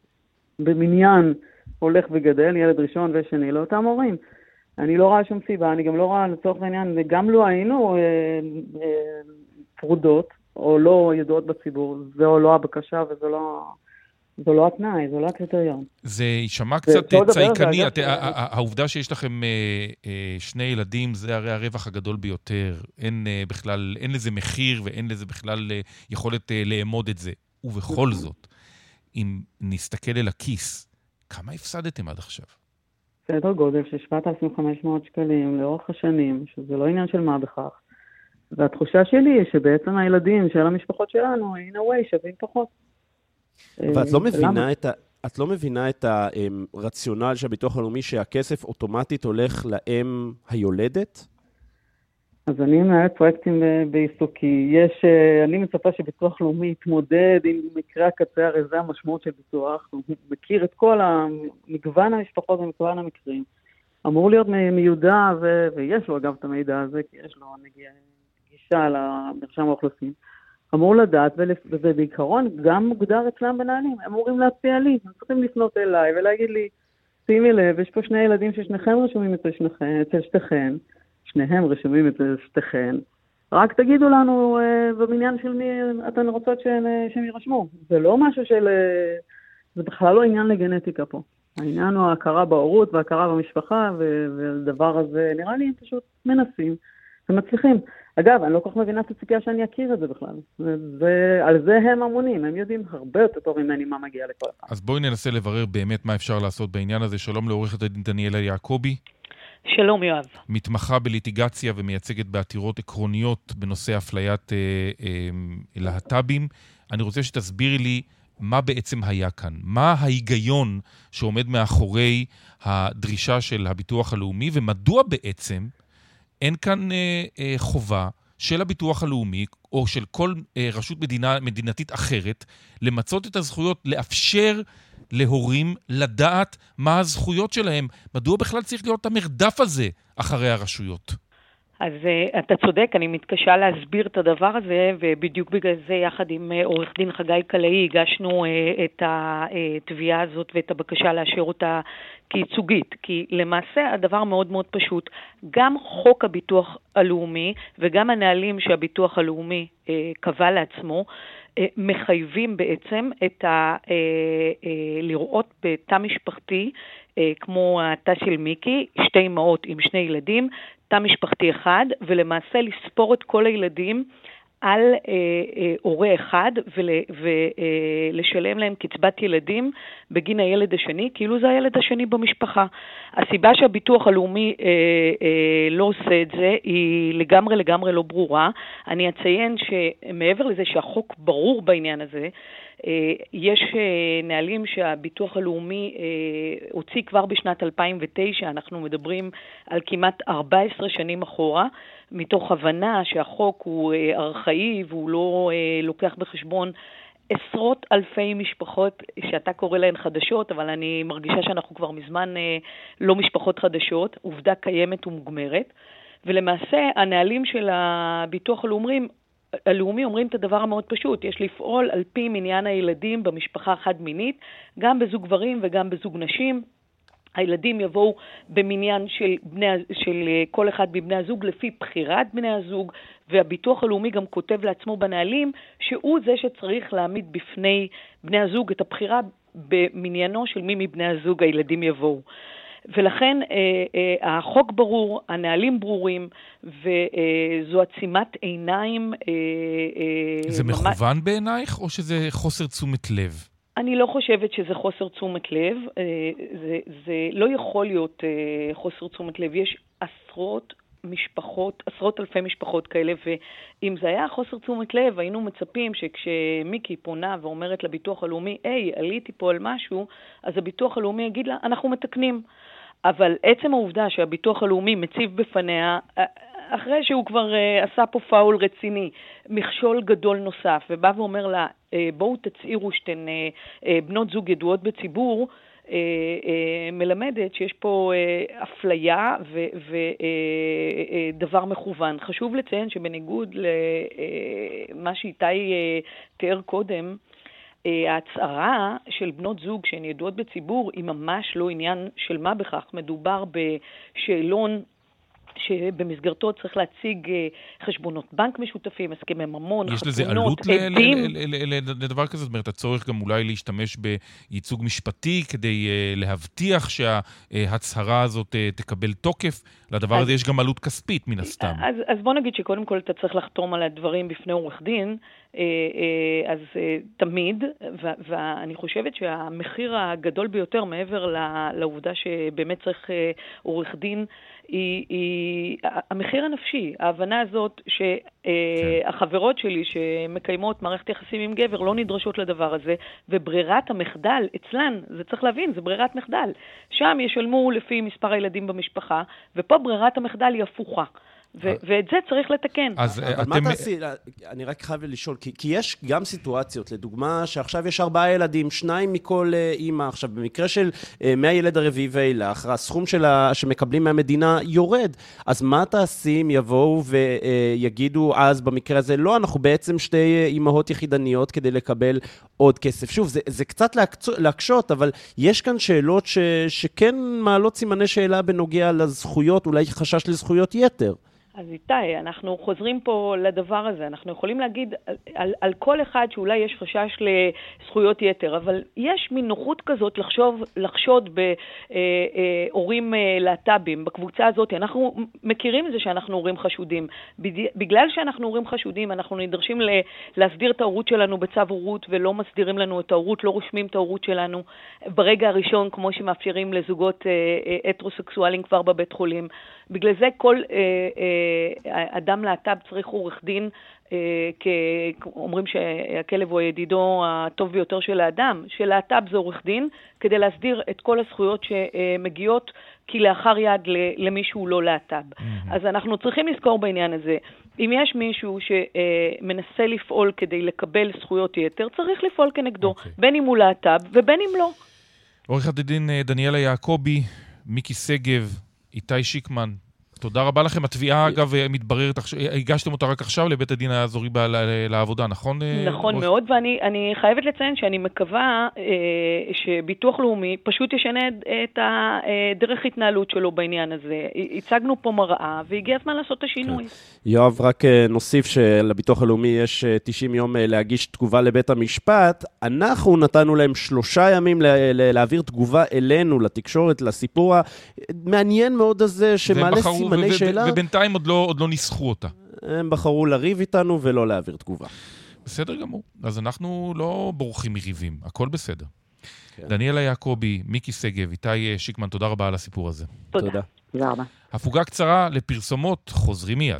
במניין הולך וגדל, ילד ראשון ושני, לאותם הורים. אני לא רואה שום סיבה, אני גם לא רואה לצורך העניין, גם לא היינו אה, אה, פרודות, או לא ידועות בציבור, זו לא הבקשה וזו לא, זו לא התנאי, זו לא הקריטריון. זה יישמע קצת צייקני, העובדה שיש לכם שני ילדים, זה הרי הרווח הגדול ביותר, אין בכלל, אין לזה מחיר ואין לזה בכלל יכולת לאמוד את זה. ובכל זאת, אם נסתכל אל הכיס, כמה הפסדתם עד עכשיו? סדר גודל של שבעת אלפים וחמש מאות שקלים לאורך השנים, שזה לא עניין של מה בכך. והתחושה שלי היא שבעצם הילדים של המשפחות שלנו, in a way, שווים פחות. ואת לא מבינה את ה... את לא מבינה את הרציונל של הביטוח הלאומי שהכסף אוטומטית הולך לאם היולדת? אז אני מנהלת פרויקטים בעיסוקי. יש, אני מצפה שביטוח לאומי יתמודד עם מקרה הקצה, הרי זה המשמעות של ביטוח. הוא מכיר את כל המגוון המשפחות ומגוון המקרים. אמור להיות מיודע, ו... ויש לו אגב את המידע הזה, כי יש לו נגיע, גישה למרשם האוכלוסין. אמור לדעת, וזה בעיקרון גם מוגדר אצלם בנהלים. הם אמורים להציע לי, הם צריכים לפנות אליי ולהגיד לי, שימי לב, יש פה שני ילדים ששניכם רשומים אצל שניכם, אצל שתיכן, שניהם רשומים אצל שתיכן, רק תגידו לנו אה, במניין של מי אתן רוצות שהם יירשמו. זה לא משהו של... אה, זה בכלל לא עניין לגנטיקה פה. העניין הוא ההכרה בהורות וההכרה במשפחה, והדבר הזה נראה לי הם פשוט מנסים ומצליחים. אגב, אני לא כל כך מבינה את הציפייה שאני אכיר את זה בכלל. ועל זה הם אמונים, הם יודעים הרבה יותר טוב ממני מה מגיע לכל אחד. אז בואי ננסה לברר באמת מה אפשר לעשות בעניין הזה. שלום לעורכת הדין דניאלה יעקבי. שלום יואב. מתמחה בליטיגציה ומייצגת בעתירות עקרוניות בנושא אפליית אה, אה, להט"בים. אני רוצה שתסבירי לי מה בעצם היה כאן. מה ההיגיון שעומד מאחורי הדרישה של הביטוח הלאומי, ומדוע בעצם אין כאן אה, אה, חובה של הביטוח הלאומי, או של כל אה, רשות מדינה, מדינתית אחרת, למצות את הזכויות, לאפשר להורים לדעת מה הזכויות שלהם. מדוע בכלל צריך להיות המרדף הזה אחרי הרשויות? אז uh, אתה צודק, אני מתקשה להסביר את הדבר הזה, ובדיוק בגלל זה יחד עם uh, עורך דין חגי קלעי הגשנו uh, את התביעה הזאת ואת הבקשה לאשר אותה כייצוגית, כי למעשה הדבר מאוד מאוד פשוט. גם חוק הביטוח הלאומי וגם הנהלים שהביטוח הלאומי uh, קבע לעצמו, uh, מחייבים בעצם את ה, uh, uh, לראות בתא משפחתי, uh, כמו התא של מיקי, שתי אמהות עם שני ילדים, תא משפחתי אחד, ולמעשה לספור את כל הילדים על אה, אה, הורה אחד, ולשלם אה, להם קצבת ילדים בגין הילד השני, כאילו זה הילד השני במשפחה. הסיבה שהביטוח הלאומי אה, אה, לא עושה את זה, היא לגמרי לגמרי לא ברורה. אני אציין שמעבר לזה שהחוק ברור בעניין הזה, יש נהלים שהביטוח הלאומי הוציא כבר בשנת אלפיים ותשע, אנחנו מדברים על כמעט ארבע עשרה שנים אחורה, מתוך הבנה שהחוק הוא ארכאי והוא לא לוקח בחשבון עשרות אלפי משפחות שאתה קורא להן חדשות, אבל אני מרגישה שאנחנו כבר מזמן לא משפחות חדשות, עובדה קיימת ומוגמרת, ולמעשה הנהלים של הביטוח הלאומי הלאומי אומרים את הדבר המאוד פשוט, יש לפעול על פי מניין הילדים במשפחה חד מינית, גם בזוג גברים וגם בזוג נשים. הילדים יבואו במניין של, בני, של כל אחד מבני הזוג לפי בחירת בני הזוג, והביטוח הלאומי גם כותב לעצמו בנהלים שהוא זה שצריך להעמיד בפני בני הזוג את הבחירה במניינו של מי מבני הזוג הילדים יבואו. ולכן אה, אה, החוק ברור, הנהלים ברורים, וזו עצימת עיניים. אה, אה, זה ממש... מכוון בעינייך או שזה חוסר תשומת לב? אני לא חושבת שזה חוסר תשומת לב, זה, זה לא יכול להיות חוסר תשומת לב, יש עשרות משפחות, עשרות אלפי משפחות כאלה, ואם זה היה חוסר תשומת לב, היינו מצפים שכשמיקי פונה ואומרת לביטוח הלאומי, היי, עליתי פה על משהו, אז הביטוח הלאומי יגיד לה, אנחנו מתקנים. אבל עצם העובדה שהביטוח הלאומי מציב בפניה, אחרי שהוא כבר uh, עשה פה פאול רציני, מכשול גדול נוסף, ובא ואומר לה, uh, בואו תצעירו שתן uh, uh, בנות זוג ידועות בציבור, uh, uh, מלמדת שיש פה uh, אפליה ודבר uh, uh, מכוון. חשוב לציין שבניגוד למה uh, שאיתי uh, תיאר קודם, uh, ההצערה של בנות זוג שהן ידועות בציבור היא ממש לא עניין של מה בכך. מדובר בשאלון שבמסגרתו צריך להציג חשבונות בנק משותפים, הסכמי ממון, יש לזה עלות לדבר כזה? זאת אומרת, הצורך גם אולי להשתמש בייצוג משפטי כדי להבטיח שההצהרה הזאת תקבל תוקף. לדבר הזה יש גם עלות כספית מן הסתם. אז, אז בוא נגיד שקודם כל אתה צריך לחתום על הדברים בפני עורך דין, אז תמיד, ואני חושבת שהמחיר הגדול ביותר מעבר לעובדה שבאמת צריך עורך דין, היא, היא המחיר הנפשי, ההבנה הזאת שהחברות שלי שמקיימות מערכת יחסים עם גבר לא נדרשות לדבר הזה, וברירת המחדל אצלן, זה צריך להבין, זה ברירת מחדל. שם ישלמו לפי מספר הילדים במשפחה, ופה ברירת המחדל היא הפוכה. ואת זה צריך לתקן. אבל מה תעשי? אני רק חייב לשאול, כי יש גם סיטואציות, לדוגמה, שעכשיו יש ארבעה ילדים, שניים מכל אימא, עכשיו במקרה של מהילד הרביעי ואילך, הסכום שמקבלים מהמדינה יורד. אז מה תעשי אם יבואו ויגידו אז במקרה הזה, לא, אנחנו בעצם שתי אימהות יחידניות כדי לקבל עוד כסף. שוב, זה קצת להקשות, אבל יש כאן שאלות שכן מעלות סימני שאלה בנוגע לזכויות, אולי חשש לזכויות יתר. אז איתי, אנחנו חוזרים פה לדבר הזה, אנחנו יכולים להגיד על, על, על כל אחד שאולי יש חשש לזכויות יתר, אבל יש מין נוחות כזאת לחשוב, לחשוד בהורים להט"בים בקבוצה הזאת. אנחנו מכירים את זה שאנחנו הורים חשודים. בגלל שאנחנו הורים חשודים, אנחנו נדרשים להסדיר את ההורות שלנו בצו הורות, ולא מסדירים לנו את ההורות, לא רושמים את ההורות שלנו ברגע הראשון, כמו שמאפשרים לזוגות הטרוסקסואליים כבר בבית חולים. בגלל זה כל אדם להט"ב צריך עורך דין, אומרים שהכלב הוא הידידו הטוב ביותר של האדם, שלהט"ב זה עורך דין, כדי להסדיר את כל הזכויות שמגיעות כי לאחר יד למי שהוא לא להט"ב. אז אנחנו צריכים לזכור בעניין הזה, אם יש מישהו שמנסה לפעול כדי לקבל זכויות יתר, צריך לפעול כנגדו, בין אם הוא להט"ב ובין אם לא. עורכת הדין דניאלה יעקבי, מיקי סגב, איתי שיקמן, תודה רבה לכם. התביעה, אגב, מתבררת, הגשתם אותה רק עכשיו לבית הדין האזורי לעבודה, נכון? נכון מאוד, ואני אני חייבת לציין שאני מקווה אה, שביטוח לאומי פשוט ישנה את הדרך התנהלות שלו בעניין הזה. הצגנו פה מראה, והגיע הזמן לעשות את השינוי. יואב, רק נוסיף שלביטוח הלאומי יש תשעים יום להגיש תגובה לבית המשפט. אנחנו נתנו להם שלושה ימים להעביר תגובה אלינו, לתקשורת, לסיפור המעניין מאוד הזה, שמעלה סימני שאלה. ובינתיים עוד לא, עוד לא ניסחו אותה. הם בחרו לריב איתנו ולא להעביר תגובה. בסדר גמור. אז אנחנו לא בורחים מריבים. הכל בסדר. כן. דניאלה יעקבי, מיקי סגב, איתי שיקמן, תודה רבה על הסיפור הזה. תודה. תודה. תודה רבה. הפוגה קצרה לפרסומות, חוזרים מיד.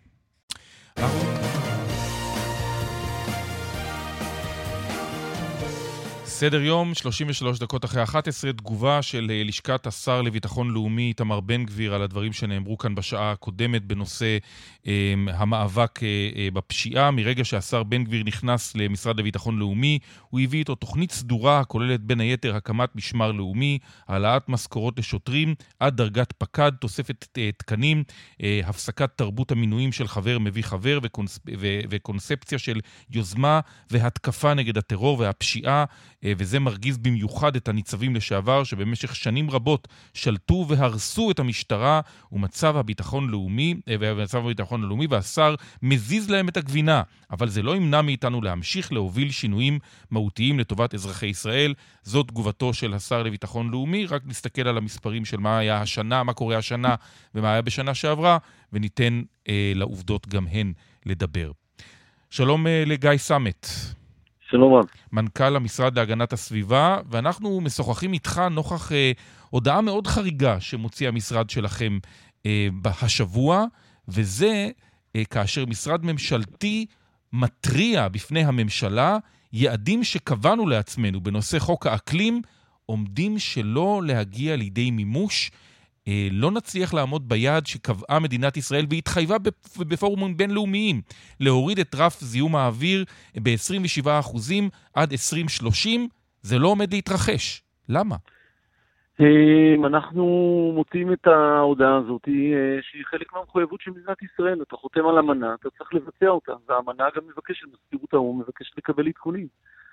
סדר יום, שלושים ושלוש דקות אחרי אחת עשרה, תגובה של לשכת השר לביטחון לאומי, איתמר בן גביר, על הדברים שנאמרו כאן בשעה הקודמת בנושא אה, המאבק אה, בפשיעה. מרגע שהשר בן גביר נכנס למשרד לביטחון לאומי, הוא הביא איתו תוכנית סדורה, כוללת בין היתר הקמת משמר לאומי, העלאת משכורות לשוטרים, עד דרגת פקד, תוספת אה, תקנים, אה, הפסקת תרבות המינויים של חבר מביא חבר, וקונס, ו, וקונספציה של יוזמה והתקפה נגד הטרור והפשיעה, אה, וזה מרגיז במיוחד את הניצבים לשעבר, שבמשך שנים רבות שלטו והרסו את המשטרה ומצב הביטחון לאומי, ומצב הביטחון הלאומי, והשר מזיז להם את הגבינה, אבל זה לא ימנע מאיתנו להמשיך להוביל שינויים מהותיים לטובת אזרחי ישראל. זאת תגובתו של השר לביטחון לאומי. רק נסתכל על המספרים של מה היה השנה, מה קורה השנה ומה היה בשנה שעברה, וניתן אה, לעובדות גם הן לדבר. שלום אה, לגיא סמט. שלום רב. מנכ"ל המשרד להגנת הסביבה, ואנחנו משוחחים איתך נוכח אה, הודעה מאוד חריגה שמוציא המשרד שלכם אה, השבוע, וזה אה, כאשר משרד ממשלתי מטריע בפני הממשלה, יעדים שקבענו לעצמנו בנושא חוק האקלים, עומדים שלא להגיע לידי מימוש. אה, לא נצליח לעמוד ביעד שקבעה מדינת ישראל והתחייבה בפורומים בינלאומיים להוריד את רף זיהום האוויר ב-עשרים ושבעה אחוז עד עשרים שלושים. זה לא עומד להתרחש. למה? אנחנו מוצאים את ההודעה הזאת שהיא חלק מהמחויבות של מדינת ישראל. אתה חותם על אמנה, אתה צריך לבצע אותה, והאמנה גם מבקשת, מזכירות האו"ם מבקשת לקבל עדכונים,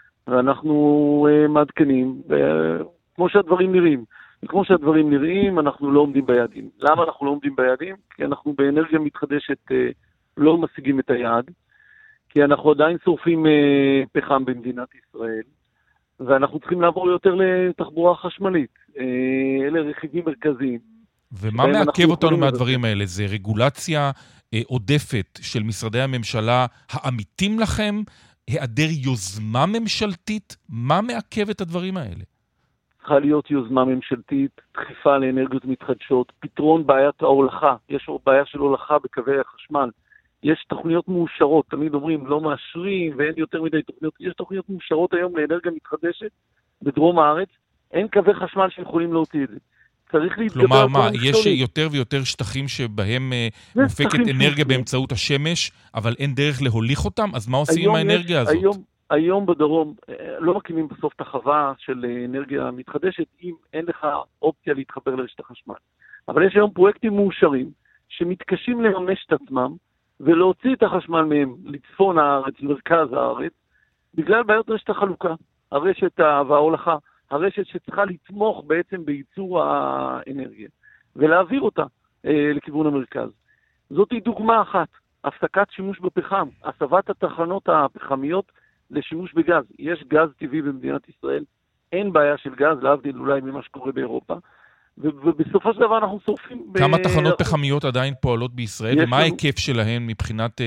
ואנחנו מעדכנים כמו שהדברים נראים. וכמו שהדברים נראים, אנחנו לא עומדים ביעדים. למה אנחנו לא עומדים ביעדים? כי אנחנו באנרגיה מתחדשת לא משיגים את היעד, כי אנחנו עדיין שורפים פחם במדינת ישראל, ואנחנו צריכים לעבור יותר לתחבורה חשמלית. אלה רכיבים מרכזיים. ומה מעכב אותנו מהדברים האלה? זה רגולציה עודפת של משרדי הממשלה האמיתים לכם? היעדר יוזמה ממשלתית? מה מעכב את הדברים האלה? צריכה להיות יוזמה ממשלתית, דחיפה לאנרגיות מתחדשות, פתרון בעיית ההולכה. יש בעיה של הולכה בקווי החשמל. יש תוכניות מאושרות, תמיד אומרים לא מאשרים ואין יותר מדי תוכניות. יש תוכניות מאושרות היום לאנרגיה מתחדשת בדרום הארץ. אין קווי חשמל שיכולים להוציא את זה. צריך להתגבר... כלומר מה, יש יותר ויותר שטחים שבהם מופקת אנרגיה באמצעות השמש, אבל אין דרך להוליך אותם? אז מה עושים עם האנרגיה הזאת? היום, היום בדרום לא מקימים בסוף את החווה של אנרגיה מתחדשת, אם אין לך אופציה להתחבר לרשת החשמל. אבל יש היום פרויקטים מאושרים שמתקשים לממש את עצמם, ולהוציא את החשמל מהם לצפון הארץ, למרכז הארץ, בגלל בעיות רשת החלוקה, הרשת וההולכה, הרשת שצריכה לתמוך בעצם בייצור האנרגיה, ולהעביר אותה אה, לכיוון המרכז. זאת היא דוגמה אחת, הפסקת שימוש בפחם, הסבת התחנות הפחמיות לשימוש בגז. יש גז טבעי במדינת ישראל, אין בעיה של גז, להבדיל אולי ממה שקורה באירופה, ובסופו של דבר אנחנו שורפים... כמה תחנות פחמיות עדיין פועלות בישראל, ומה ההיקף שלהן מבחינת,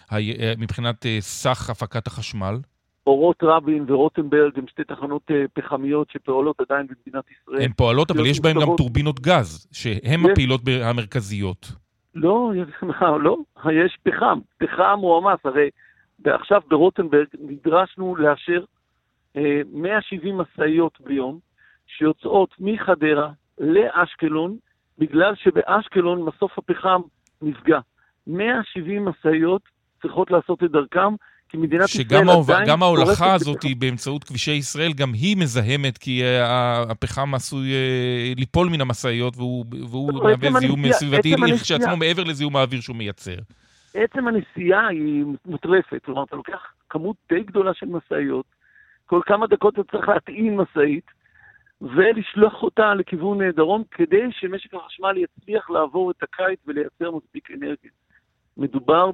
מבחינת סך הפקת החשמל? אורות רבין ורוטנברג הם שתי תחנות פחמיות שפועלות עדיין במדינת ישראל. הן פועלות, אבל יש בהן גם טורבינות גז, שהן הפעילות המרכזיות. לא, לא, יש פחם, פחם מועמס, הרי עכשיו ברוטנברג נדרשנו לאשר מאה ושבעים משאיות ביום, שיוצאות מחדרה לאשקלון, בגלל שבאשקלון מסוף הפחם נפגע. מאה ושבעים משאיות צריכות לעשות את דרכם, כי מדינת ישראל עדיין... שגם ההולכה הזאת היא באמצעות כבישי ישראל, גם היא מזהמת, כי הפחם עשוי ליפול מן המשאיות, והוא מהווה זיהום סביבתי, כשעצמו מעבר לזיהום האוויר שהוא מייצר. עצם הנסיעה היא מוטרפת, כלומר, אתה לוקח כמות די גדולה של משאיות, כל כמה דקות אתה צריך להטעין משאית, ולשלוח אותה לכיוון דרום, כדי שמשק החשמל יצליח לעבור את הקיץ ולייצר מספיק אנרגיה. מדובר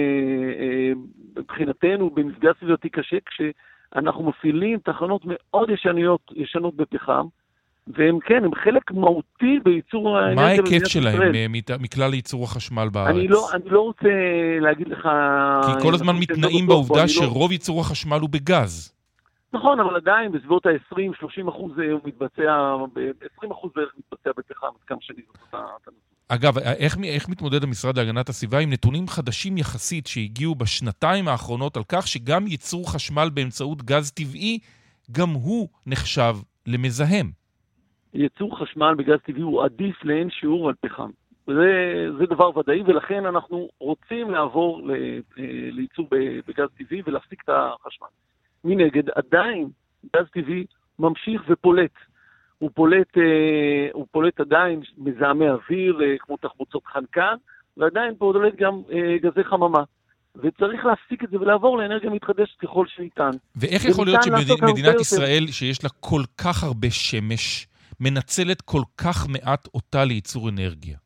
מבחינתנו במפגע סביבתי קשה, כשאנחנו מפעילים תחנות מאוד ישניות, ישנות בפחם, והם כן, הם חלק מהותי בייצור האנרגיה. מה ההיקף שלהם מכלל ייצור החשמל בארץ? אני לא, אני לא רוצה להגיד לך... כי כל הזמן מתנאים בעובדה שרוב ייצור החשמל הוא בגז. נכון, אבל עדיין בסביבות ה-עשרים שלושים אחוז הוא מתבצע, ב-עשרים אחוז בערך מתבצע בפחם, עד כמה שאני זוכר את הנושא. אגב, איך, איך מתמודד המשרד להגנת הסביבה עם נתונים חדשים יחסית שהגיעו בשנתיים האחרונות על כך שגם ייצור חשמל באמצעות גז טבעי, גם הוא נחשב למזהם? ייצור חשמל בגז טבעי הוא עדיף לאין שיעור על פחם. זה, זה דבר ודאי, ולכן אנחנו רוצים לעבור ל, לייצור בגז טבעי ולהפסיק את החשמל. מנגד, עדיין גז טבעי ממשיך ופולט. הוא פולט, אה, הוא פולט עדיין מזהמי אוויר, אה, כמו תחמוצות חנקן, ועדיין פולט גם אה, גזי חממה. וצריך להפסיק את זה ולעבור לאנרגיה מתחדשת ככל שניתן. ואיך יכול להיות שמדינת ישראל, שיש לה כל כך הרבה שמש, מנצלת כל כך מעט אותה לייצור אנרגיה?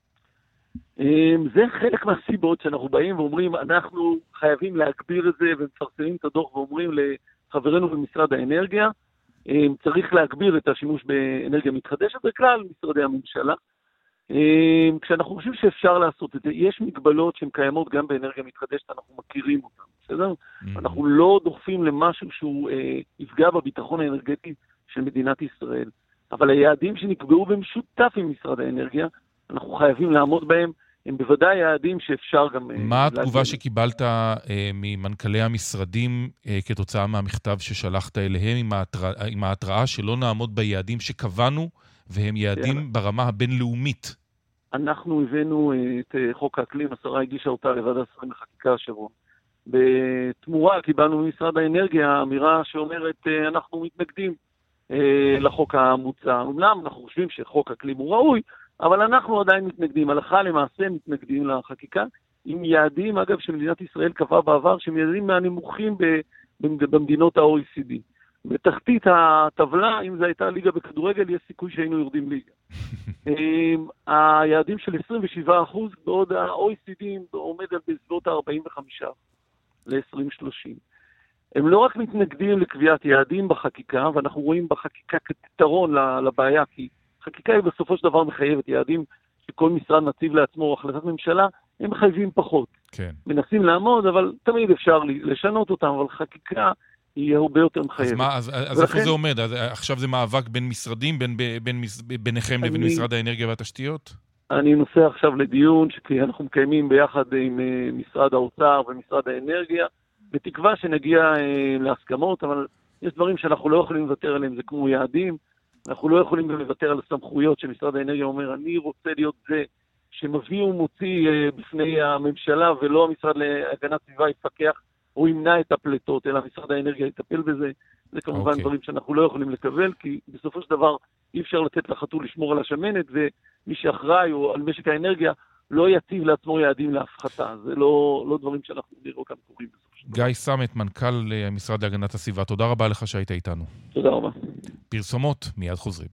זה חלק מהסיבות שאנחנו באים ואומרים, אנחנו חייבים להגביר את זה, ומפרסמים את הדוח ואומרים לחברינו במשרד האנרגיה, צריך להגביר את השימוש באנרגיה מתחדשת בכלל משרדי הממשלה. כשאנחנו חושבים שאפשר לעשות את זה, יש מגבלות שהן קיימות גם באנרגיה מתחדשת, אנחנו מכירים אותן, בסדר? Mm-hmm. אנחנו לא דוחפים למשהו שהוא אה, יפגע בביטחון האנרגטי של מדינת ישראל, אבל היעדים שנקבעו במשותף עם משרד האנרגיה, אנחנו חייבים לעמוד בהם, הם בוודאי יעדים שאפשר גם... מה התגובה שקיבלת אה, ממנכ"לי המשרדים אה, כתוצאה מהמכתב ששלחת אליהם עם, ההתרא, עם ההתראה שלא נעמוד ביעדים שקבענו, והם יעדים ברמה הבינלאומית? אנחנו הבאנו את חוק האקלים, השרה הגישה אותה לוועדת שרים לחקיקה השבוע. בתמורה קיבלנו ממשרד האנרגיה אמירה שאומרת אנחנו מתנגדים לחוק המוצע. אומנם אנחנו חושבים שחוק האקלים הוא ראוי, אבל אנחנו עדיין מתנגדים. הלכה למעשה מתנגדים לחקיקה, עם יעדים, אגב, שמדינת ישראל קבעה בעבר, שהם יעדים מהנמוכים במדינות ה-או אי סי די. בתחתית הטבלה, אם זו הייתה ליגה בכדורגל, יש סיכוי שהיינו יורדים ליגה. היעדים של עשרים ושבעה אחוז, בעוד ה-או אי סי די עומד על בסביבות ה-ארבעים וחמישה ל-עשרים שלושים. הם לא רק מתנגדים לקביעת יעדים בחקיקה, ואנחנו רואים בחקיקה כפתרון לבעיה, כי חקיקה היא בסופו של דבר מחייבת יעדים שכל משרד מציב לעצמו החלטת ממשלה, הם מחייבים פחות. כן. מנסים לעמוד, אבל תמיד אפשר לשנות אותם, אבל חקיקה היא הרבה יותר מחייבת. אז, מה, אז, אז איפה זה עומד? אז, עכשיו זה מאבק בין משרדים, בין, בין, ביניכם לבין משרד האנרגיה והתשתיות? אני נוסע עכשיו לדיון שאנחנו מקיימים ביחד עם משרד האוצר ומשרד האנרגיה, בתקווה שנגיע להסכמות, אבל יש דברים שאנחנו לא יכולים לוותר עליהם, זה כמו יעדים, אנחנו לא יכולים גם לוותר על הסמכויות שמשרד האנרגיה אומר, אני רוצה להיות זה שמביא ומוציא בפני הממשלה, ולא המשרד להגנת סביבה יפקח או ימנע את הפלטות, אלא משרד האנרגיה יטפל בזה. זה כמובן okay. דברים שאנחנו לא יכולים לקבל, כי בסופו של דבר אי אפשר לתת לחתול לשמור על השמנת, ומי שאחראי או על משק האנרגיה לא יציב לעצמו יעדים להפחתה. זה לא, לא דברים שאנחנו נראו כאן קוראים בסופו של דבר. גיא סמט, מנכ"ל המשרד להגנת הסביבה, תודה רבה לך שהיית איתנו. תודה רבה. פרסומות, מיד חוזרים.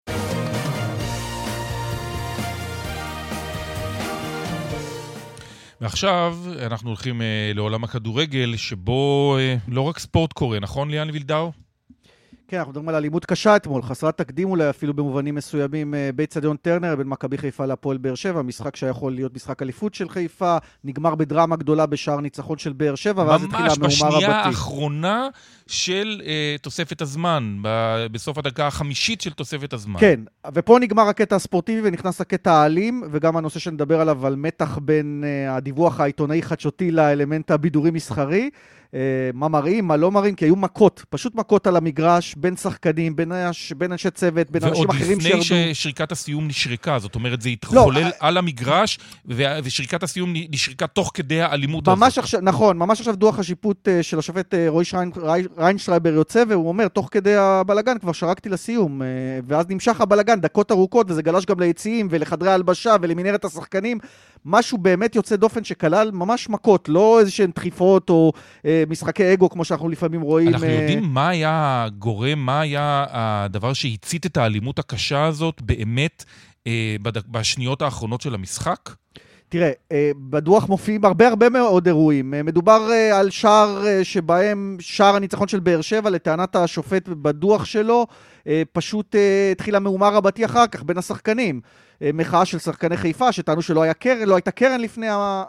ועכשיו אנחנו הולכים אה, לעולם הכדורגל, שבו אה, לא רק ספורט קורה, נכון ליאן וילדאו? כן, אנחנו מדברים על אלימות קשה אתמול, חסרת תקדים אולי אפילו במובנים מסוימים באצטדיון טרנר, בין מכבי חיפה להפועל באר שבע, משחק שיכול להיות משחק אליפות של חיפה, נגמר בדרמה גדולה בשער ניצחון של באר שבע, ואז התחילה המהומה רבתי. ממש בשנייה האחרונה של אה, תוספת הזמן, ב- בסוף הדקה החמישית של תוספת הזמן. כן, ופה נגמר הקטע הספורטיבי ונכנס הקטע האלים, וגם הנושא שנדבר עליו על מתח בין אה, הדיווח העיתונאי חדשותי לאלמנט הבידורי מסחרי, מה מראים, מה לא מראים, כי היו מכות, פשוט מכות על המגרש, בין שחקנים, בין, בין אנשי צוות, בין אנשים אחרים שירדו. ועוד לפני ששריקת הסיום נשרקה, זאת אומרת, זה התחולל לא, על המגרש, ושריקת הסיום נשרקה תוך כדי האלימות הזאת. עכשיו, נכון, ממש עכשיו דוח השיפוט של השופט רועי ריינשטרייבר יוצא, והוא אומר, תוך כדי הבלגן כבר שרקתי לסיום, ואז נמשך הבלגן, דקות ארוכות, וזה גלש גם ליציאים ולחדרי הלבשה ולמנהרת השחקנים, משהו באמת יוצא דופן שכלל ממש מכות, לא איזשהן דחיפות או אה, משחקי אגו כמו שאנחנו לפעמים רואים. אנחנו אה... יודעים מה היה הגורם, מה היה הדבר שהצית את האלימות הקשה הזאת באמת אה, בד... בשניות האחרונות של המשחק? תראה, בדוח מופיעים הרבה הרבה מאוד אירועים. מדובר על שער שבהם, שער הניצחון של באר שבע, לטענת השופט בדוח שלו, פשוט התחילה מהומה רבתי אחר כך בין השחקנים. מחאה של שחקני חיפה, שטענו שלא היה קרן, לא הייתה קרן לפני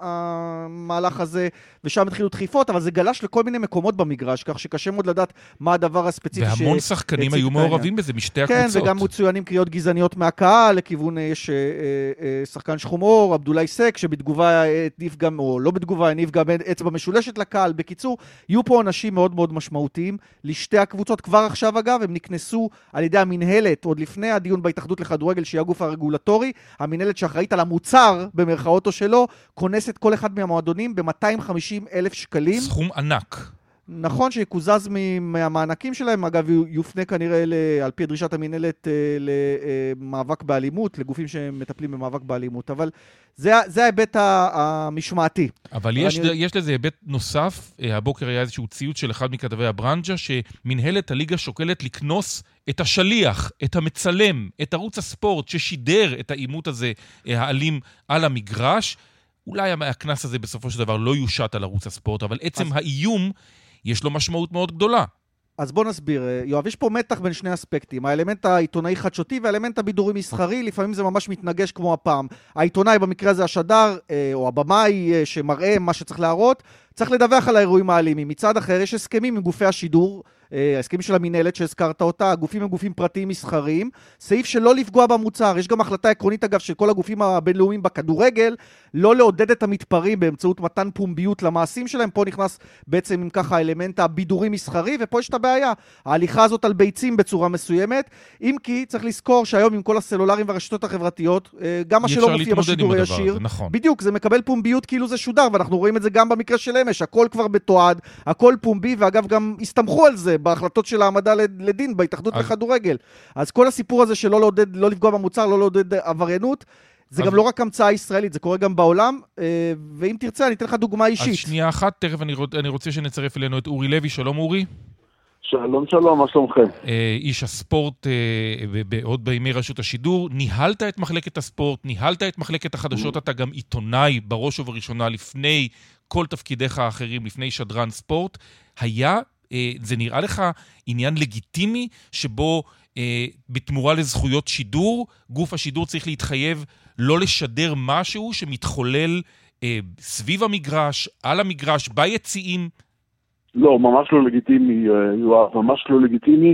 המהלך הזה, ושם התחילו דחיפות, אבל זה גלש לכל מיני מקומות במגרש, כך שקשה מאוד לדעת מה הדבר הספציפי. והמון שחקנים היו מעורבים בזה, משתי הקבוצות. כן, וגם מצוינים קריאות גזעניות מהקהל, לכיוון יש שחקן שחום אור, עבדולאי סק, שבתגובה הניף גם, או לא בתגובה, הניף גם אצבע משולשת לקהל. בקיצור, יהיו פה אנשים מאוד מאוד משמעותיים לשתי הקבוצות. כבר עכשיו, אגב, הם נכנסו על ידי המנהלת, עוד לפני הדיון בהתאחדות לכדורגל, שהיא הגוף הרגולטורי, המנהלת שאחראית על המוצר, במרכאות או שלו, כונסת כל אחד מהמועדונים ב-מאתיים וחמישים אלף שקלים. סכום ענק. נכון שיקוזז מהמענקים שלהם, אגב יופנה כנראה על פי דרישת המנהלת למאבק באלימות, לגופים שמטפלים במאבק באלימות, אבל זה, זה ההיבט המשמעתי. אבל יש, אני... יש לזה היבט נוסף, הבוקר היה איזשהו ציוץ של אחד מכתבי הברנז'ה, שמנהלת הליגה שוקלת לקנוס את השליח, את המצלם, את ערוץ הספורט ששידר את האימות הזה האלים על המגרש. אולי הכנס הזה בסופו של דבר לא יושת על ערוץ הספורט, אבל עצם אז... האיום יש לו משמעות מאוד גדולה. אז בוא נסביר, יואב, יש פה מתח בין שני אספקטים, האלמנט העיתונאי חדשותי והאלמנט הבידורי מסחרי, לפעמים זה ממש מתנגש כמו הפעם. העיתונאי במקרה הזה השדר, או הבמאי שמראה מה שצריך להראות, צריך לדווח על האירועים האלימים. מצד אחר, יש הסכמים עם גופי השידור, ההסכמים של המנהלת שהזכרת אותה, הגופים הם גופים פרטיים מסחריים, סעיף שלא לפגוע במוצר. יש גם החלטה עקרונית אגב של כל הגופים הבינלאומיים בכדורגל, לא לעודד את המתפרעים באמצעות מתן פומביות למעשים שלהם. פה נכנס בעצם עם ככה האלמנט הבידורי מסחרי, ופה יש את הבעיה, ההליכה הזאת על ביצים בצורה מסוימת, אם כי צריך לזכור שהיום עם כל הסלולרים והרשתות החברתיות, גם מה שלא מופיע בשידור הישיר, נכון. בדיוק, זה מקבל פומביות כאילו זה שודר, ואנחנו רואים את זה גם במקרה של אמש, הכל כבר בתועד, הכל פומבי, ואגב גם הסתמכו על זה בהחלטות של העמדה לדין בהתאחדות לכדורגל. אז כל הסיפור הזה שלא לעודד, לא לפגוע במוצר, לא לעודד עבריינות, זה גם לא רק המצאה ישראלית, זה קורה גם בעולם, ואם תרצה אני אתן לך דוגמה אישית. אז שנייה אחת, תכף אני רוצה שנצרף אלינו את אורי לוי. שלום אורי. שלום שלום, מה שלומכם? איש הספורט עוד בימי רשות השידור, ניהלת את מחלקת הספורט, ניהלת את מחלקת החדשות, אתה גם עיתונאי בראש ובראשונה לפני כל תפקידיך האחרים, לפני שדרן ספורט. היה, זה נראה לך עניין לגיטימי שבו בתמורה לזכויות שידור, גוף השידור צריך להתחייב לא לשדר משהו שמתחולל סביב המגרש, על המגרש, ביציעים? לא, ממש לא לגיטימי, יואב, ממש לא לגיטימי.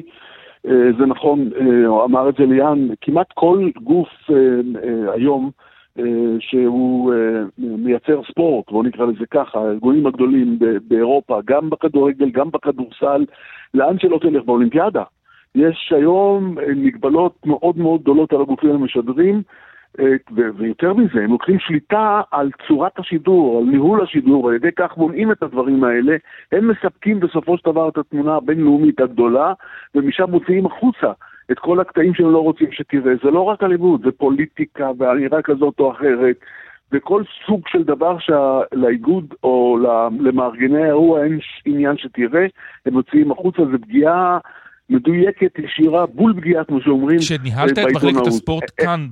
זה נכון, אמר את זה ליאן, כמעט כל גוף היום שהוא מייצר ספורט, בוא נקרא לזה ככה, הארגונים הגדולים באירופה, גם בכדורגל, גם בכדורסל, לאן שלא תלך באולימפיאדה. יש היום מגבלות מאוד מאוד גדולות על הגופים המשדרים, ויותר מזה, הם לוקחים שליטה על צורת השידור, על ניהול השידור, ועל ידי כך מונעים את הדברים האלה. הם מספקים בסופו של דבר את התמונה הבינלאומית הגדולה, ומשם מוציאים החוצה את כל הקטעים שהם לא רוצים שתראה. זה לא רק אלימות, זה פוליטיקה ואמירה כזאת או אחרת, וכל סוג של דבר שלאיגוד או למארגני האירוע אין עניין שתראה, הם מוציאים החוצה, זה פגיעה מדויקת, ישירה, בול פגיעת, כמו שאומרים. כשניהלת את מחלקת הספורט כאן,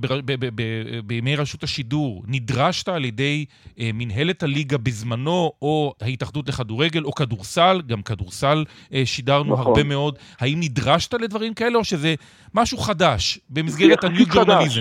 בימי רשות השידור, נדרשת על ידי מנהלת הליגה בזמנו, או ההתאחדות לכדורגל, או כדורסל, גם כדורסל שידרנו הרבה מאוד. האם נדרשת לדברים כאלה, או שזה משהו חדש, במסגרת הניו ג'ורנליזם?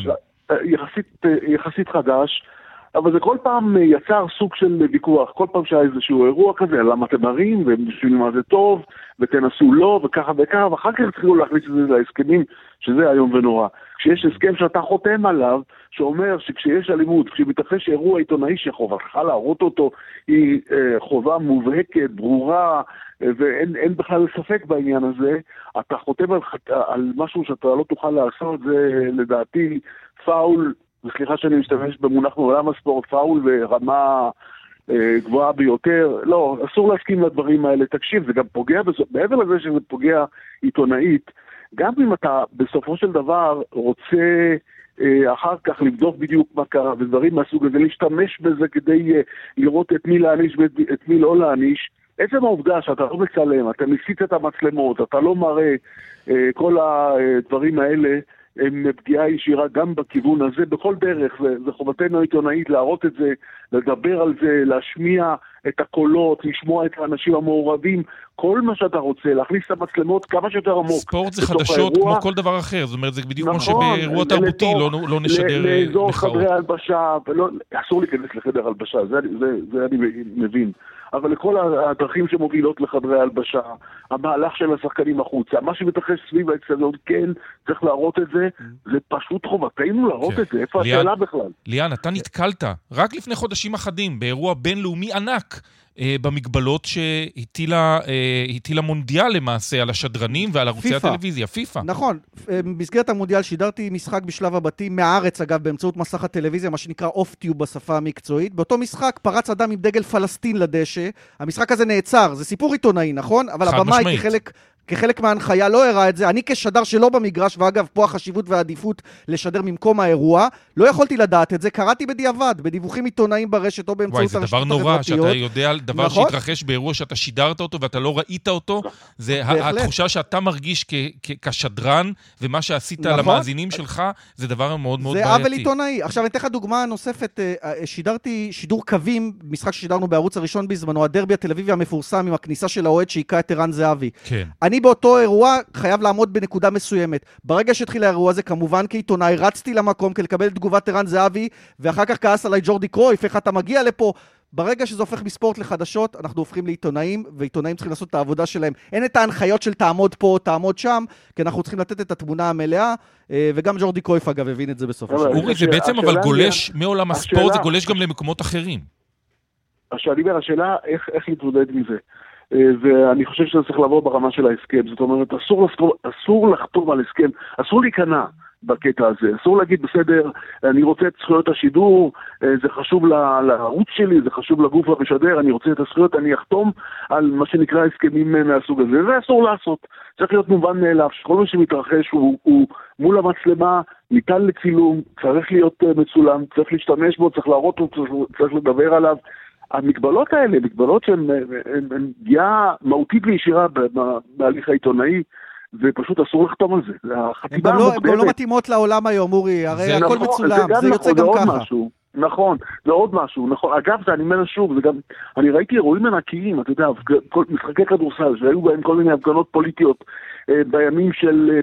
יחסית חדש, אבל זה כל פעם יצר סוג של ויכוח, כל פעם שהיה איזשהו אירוע כזה, למה אתם מראים, ובשביל מה זה טוב, ותנסו לא, וככה וככה, ואחר כך התחילו להכניס את זה להסכמים, שזה היום ונורא. כשיש הסכם שאתה חותם עליו, שאומר שכשיש אלימות, כשמתרחש אירוע עיתונאי שחובתך להראות אותו, היא אה, חובה מובהקת, ברורה, אה, ואין אין בכלל ספק בעניין הזה, אתה חותם על, על משהו שאתה לא תוכל לעשות, זה לדעתי פאול, וסליחה שאני משתמש במונח מעולם הספורט, פאול ורמה אה, גבוהה ביותר. לא, אסור להסכים לדברים האלה. תקשיב, זה גם פוגע, מעבר לזה שזה פוגע עיתונאית, גם אם אתה בסופו של דבר רוצה אה, אחר כך לבדוק בדיוק מה קרה, ודברים מהסוג הזה, להשתמש בזה כדי אה, לראות את מי להעניש ואת מי לא להעניש, עצם העובדה שאתה לא מצלם, אתה מסיט את המצלמות, אתה לא מראה אה, כל הדברים האלה, הם פגיעה ישירה גם בכיוון הזה, בכל דרך. זה, זה חובתנו העיתונאית להראות את זה, לדבר על זה, להשמיע את הקולות, לשמוע את האנשים המעורבים, כל מה שאתה רוצה, להכניס את המצלמות כמה שיותר עמוק. ספורט זה חדשות האירוע, כמו כל דבר אחר, זאת אומרת, זה בדיוק נכון, כמו שבאירוע תרבותי לא, לא נשדר מחאות. לאזור חדרי הלבשה, ולא, אסור להיכנס לחדר הלבשה, זה, זה, זה אני מבין. אבל לכל הדרכים שמובילות לחדרי הלבשה, המהלך של השחקנים החוצה, מה שמתרחש סביב האצטדיון, כן, צריך להראות את זה, זה פשוט חובתנו להראות את זה, איפה השאלה בכלל? ליאן, אתה נתקלת רק לפני חודשים אחדים באירוע בינלאומי ענק, רק אה, במגבלות שהטילה אה, הטילה מונדיאל למעשה על השדרנים ועל ערוצי פיפה. הטלוויזיה, פיפה. נכון, במסגרת המונדיאל שידרתי משחק בשלב הבתים מהארץ, אגב, באמצעות מסך הטלוויזיה, מה שנקרא אוף-טיוב בשפה המקצועית. באותו משחק פרץ אדם עם דגל פלסטין לדשא, המשחק הזה נעצר, זה סיפור עיתונאי, נכון? אבל הבמאי כחלק... כחלק מההנחיה לא הראה את זה, אני כשדר שלא במגרש, ואגב, פה החשיבות והעדיפות לשדר ממקום האירוע, לא יכולתי לדעת את זה, קראתי בדיעבד, בדיווחים עיתונאיים ברשת או באמצעות הרשתות החברתיות. וואי, זה דבר נורא, שאתה יודע על דבר נכון? שהתרחש באירוע שאתה שידרת אותו ואתה לא ראית אותו, זה התחושה שאתה מרגיש כ- כ- כשדרן, ומה שעשית נכון? למאזינים שלך, זה דבר מאוד מאוד בעייתי. זה עוול עיתונאי. עכשיו, אני אתן לך דוגמה נוספת, שידרתי שידור קווים, משחק ששידרנו בערוץ הראשון בזמנו, הדרבי התל אביבי המפורסם עם הכניסה של האוהד שהיכה את ערן זהבי. כן. אני באותו אירוע חייב לעמוד בנקודה מסוימת. ברגע שהתחיל האירוע הזה, כמובן כעיתונאי, רצתי למקום כדי לקבל את תגובת ערן זהבי, ואחר כך כעס עליי ג'ורדי קרויף, איך אתה מגיע לפה? ברגע שזה הופך מספורט לחדשות, אנחנו הופכים לעיתונאים, ועיתונאים צריכים לעשות את העבודה שלהם. אין את ההנחיות של תעמוד פה, תעמוד שם, כי אנחנו צריכים לתת את התמונה המלאה, וגם ג'ורדי קרויף אגב הבין את זה בסוף השבוע. אורי, זה בעצם אבל גולש מעולם הספורט, זה גולש גם למקומות אחרים. השאלה איך להתמודד מזה. ואני חושב שזה צריך לעבור ברמה של ההסכם. זאת אומרת, אסור, אסור לחתום על הסכם, אסור להיכנע בקטע הזה. אסור להגיד, בסדר, אני רוצה את זכויות השידור, זה חשוב לערוץ שלי, זה חשוב לגוף המשדר, אני רוצה את הזכויות, אני אחתום על מה שנקרא הסכמים מהסוג הזה. זה אסור לעשות. צריך להיות מובן מאליו, שכל מה שמתרחש הוא, הוא מול המצלמה, ניתן לצילום, צריך להיות מצולם, צריך להשתמש בו, צריך להראות אותו, צריך, צריך לדבר עליו. המגבלות האלה, מגבלות שהן פגיעה מהותית וישירה בהליך העיתונאי, ופשוט אסור לחתום על זה. הן גם לא, גם לא מתאימות לעולם היום, אורי, הרי הכל נכון, מצולם, זה, זה יוצא נכון, גם זה ככה. משהו, נכון, זה עוד משהו, נכון. אגב, זה אני אומר שוב, זה גם, אני ראיתי אירועים ענקיים, אתה יודע, כל, משחקי כדורסל, שהיו בהם כל מיני הפגנות פוליטיות, בימים של,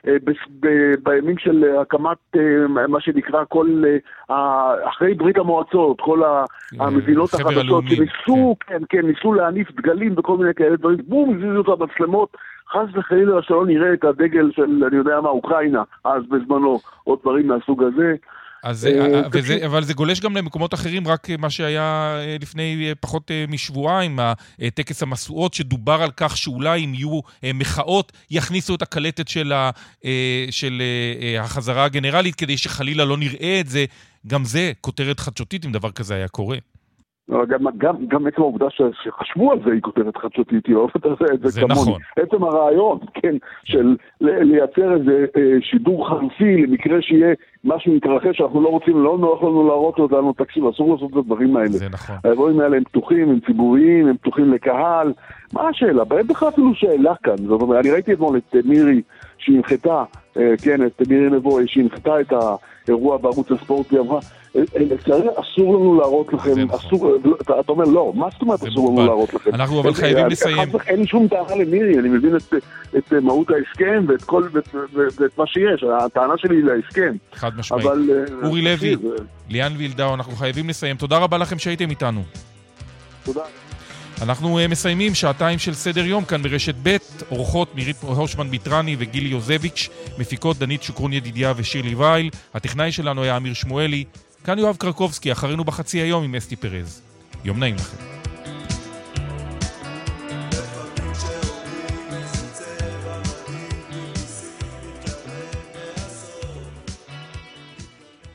בימים של הקמת, מה שנקרא, כל, אחרי ברית המועצות, כל המדינות החדשות, שניסו, כן, כן, ניסו להניף דגלים וכל מיני כאלה דברים, בום, הזיזו את המצלמות, חס וחלילה שלא נראה את הדגל של, אני יודע מה, אוקראינה, אז בזמנו, עוד דברים מהסוג הזה. אז, וזה, אבל זה גולש גם למקומות אחרים, רק מה שהיה לפני פחות משבועיים, הטקס המסועות, שדובר על כך שאולי אם יהיו מחאות, יכניסו את הקלטת של, ה, של החזרה הגנרלית, כדי שחלילה לא נראה את זה. גם זה כותרת חדשותית, אם דבר כזה היה קורה. גם, גם, גם עצם העובדה שחשבו על זה היא כותרת חדשותית, היא אוהבת את זה, זה כמוני. נכון. עצם הרעיון, כן, של לייצר איזה שידור חלופי למקרה שיהיה משהו מתרחש שאנחנו לא רוצים, לא נוח לנו להראות אותנו, תקשיב, אסור לעשות את הדברים האלה. זה נכון. האירועים האלה הם פתוחים, הם ציבוריים, הם פתוחים לקהל. מה השאלה? בהם בכלל אפילו שאלה כאן. זאת אומרת, אני ראיתי אתמול את מירי שהנחתה, כן, את מירי נבו, שהנחתה את האירוע בערוץ הספורט, והיא אמרה, לצערי, אסור לנו להראות לכם, אסור, אתה אומר, לא, מה זאת אומרת אסור לנו להראות לכם? אנחנו אבל חייבים לסיים. אין לי שום טענה למירי, אני מבין את מהות ההסכם ואת מה שיש, הטענה שלי היא להסכם. חד משמעית. אורי לוי, ליאן וילדאו, אנחנו חייבים לסיים. תודה רבה לכם שהייתם איתנו. תודה. אנחנו מסיימים שעתיים של סדר יום כאן ברשת ב', אורחות מירית הושמן ביטרני וגילי יוזביץ', מפיקות דנית שוקרון ידידיה ושירלי וייל, הטכנאי שלנו היה אמיר שמואלי, כאן יואב קרקובסקי, אחרינו בחצי היום עם אסתי פרז. יום נעים לכם.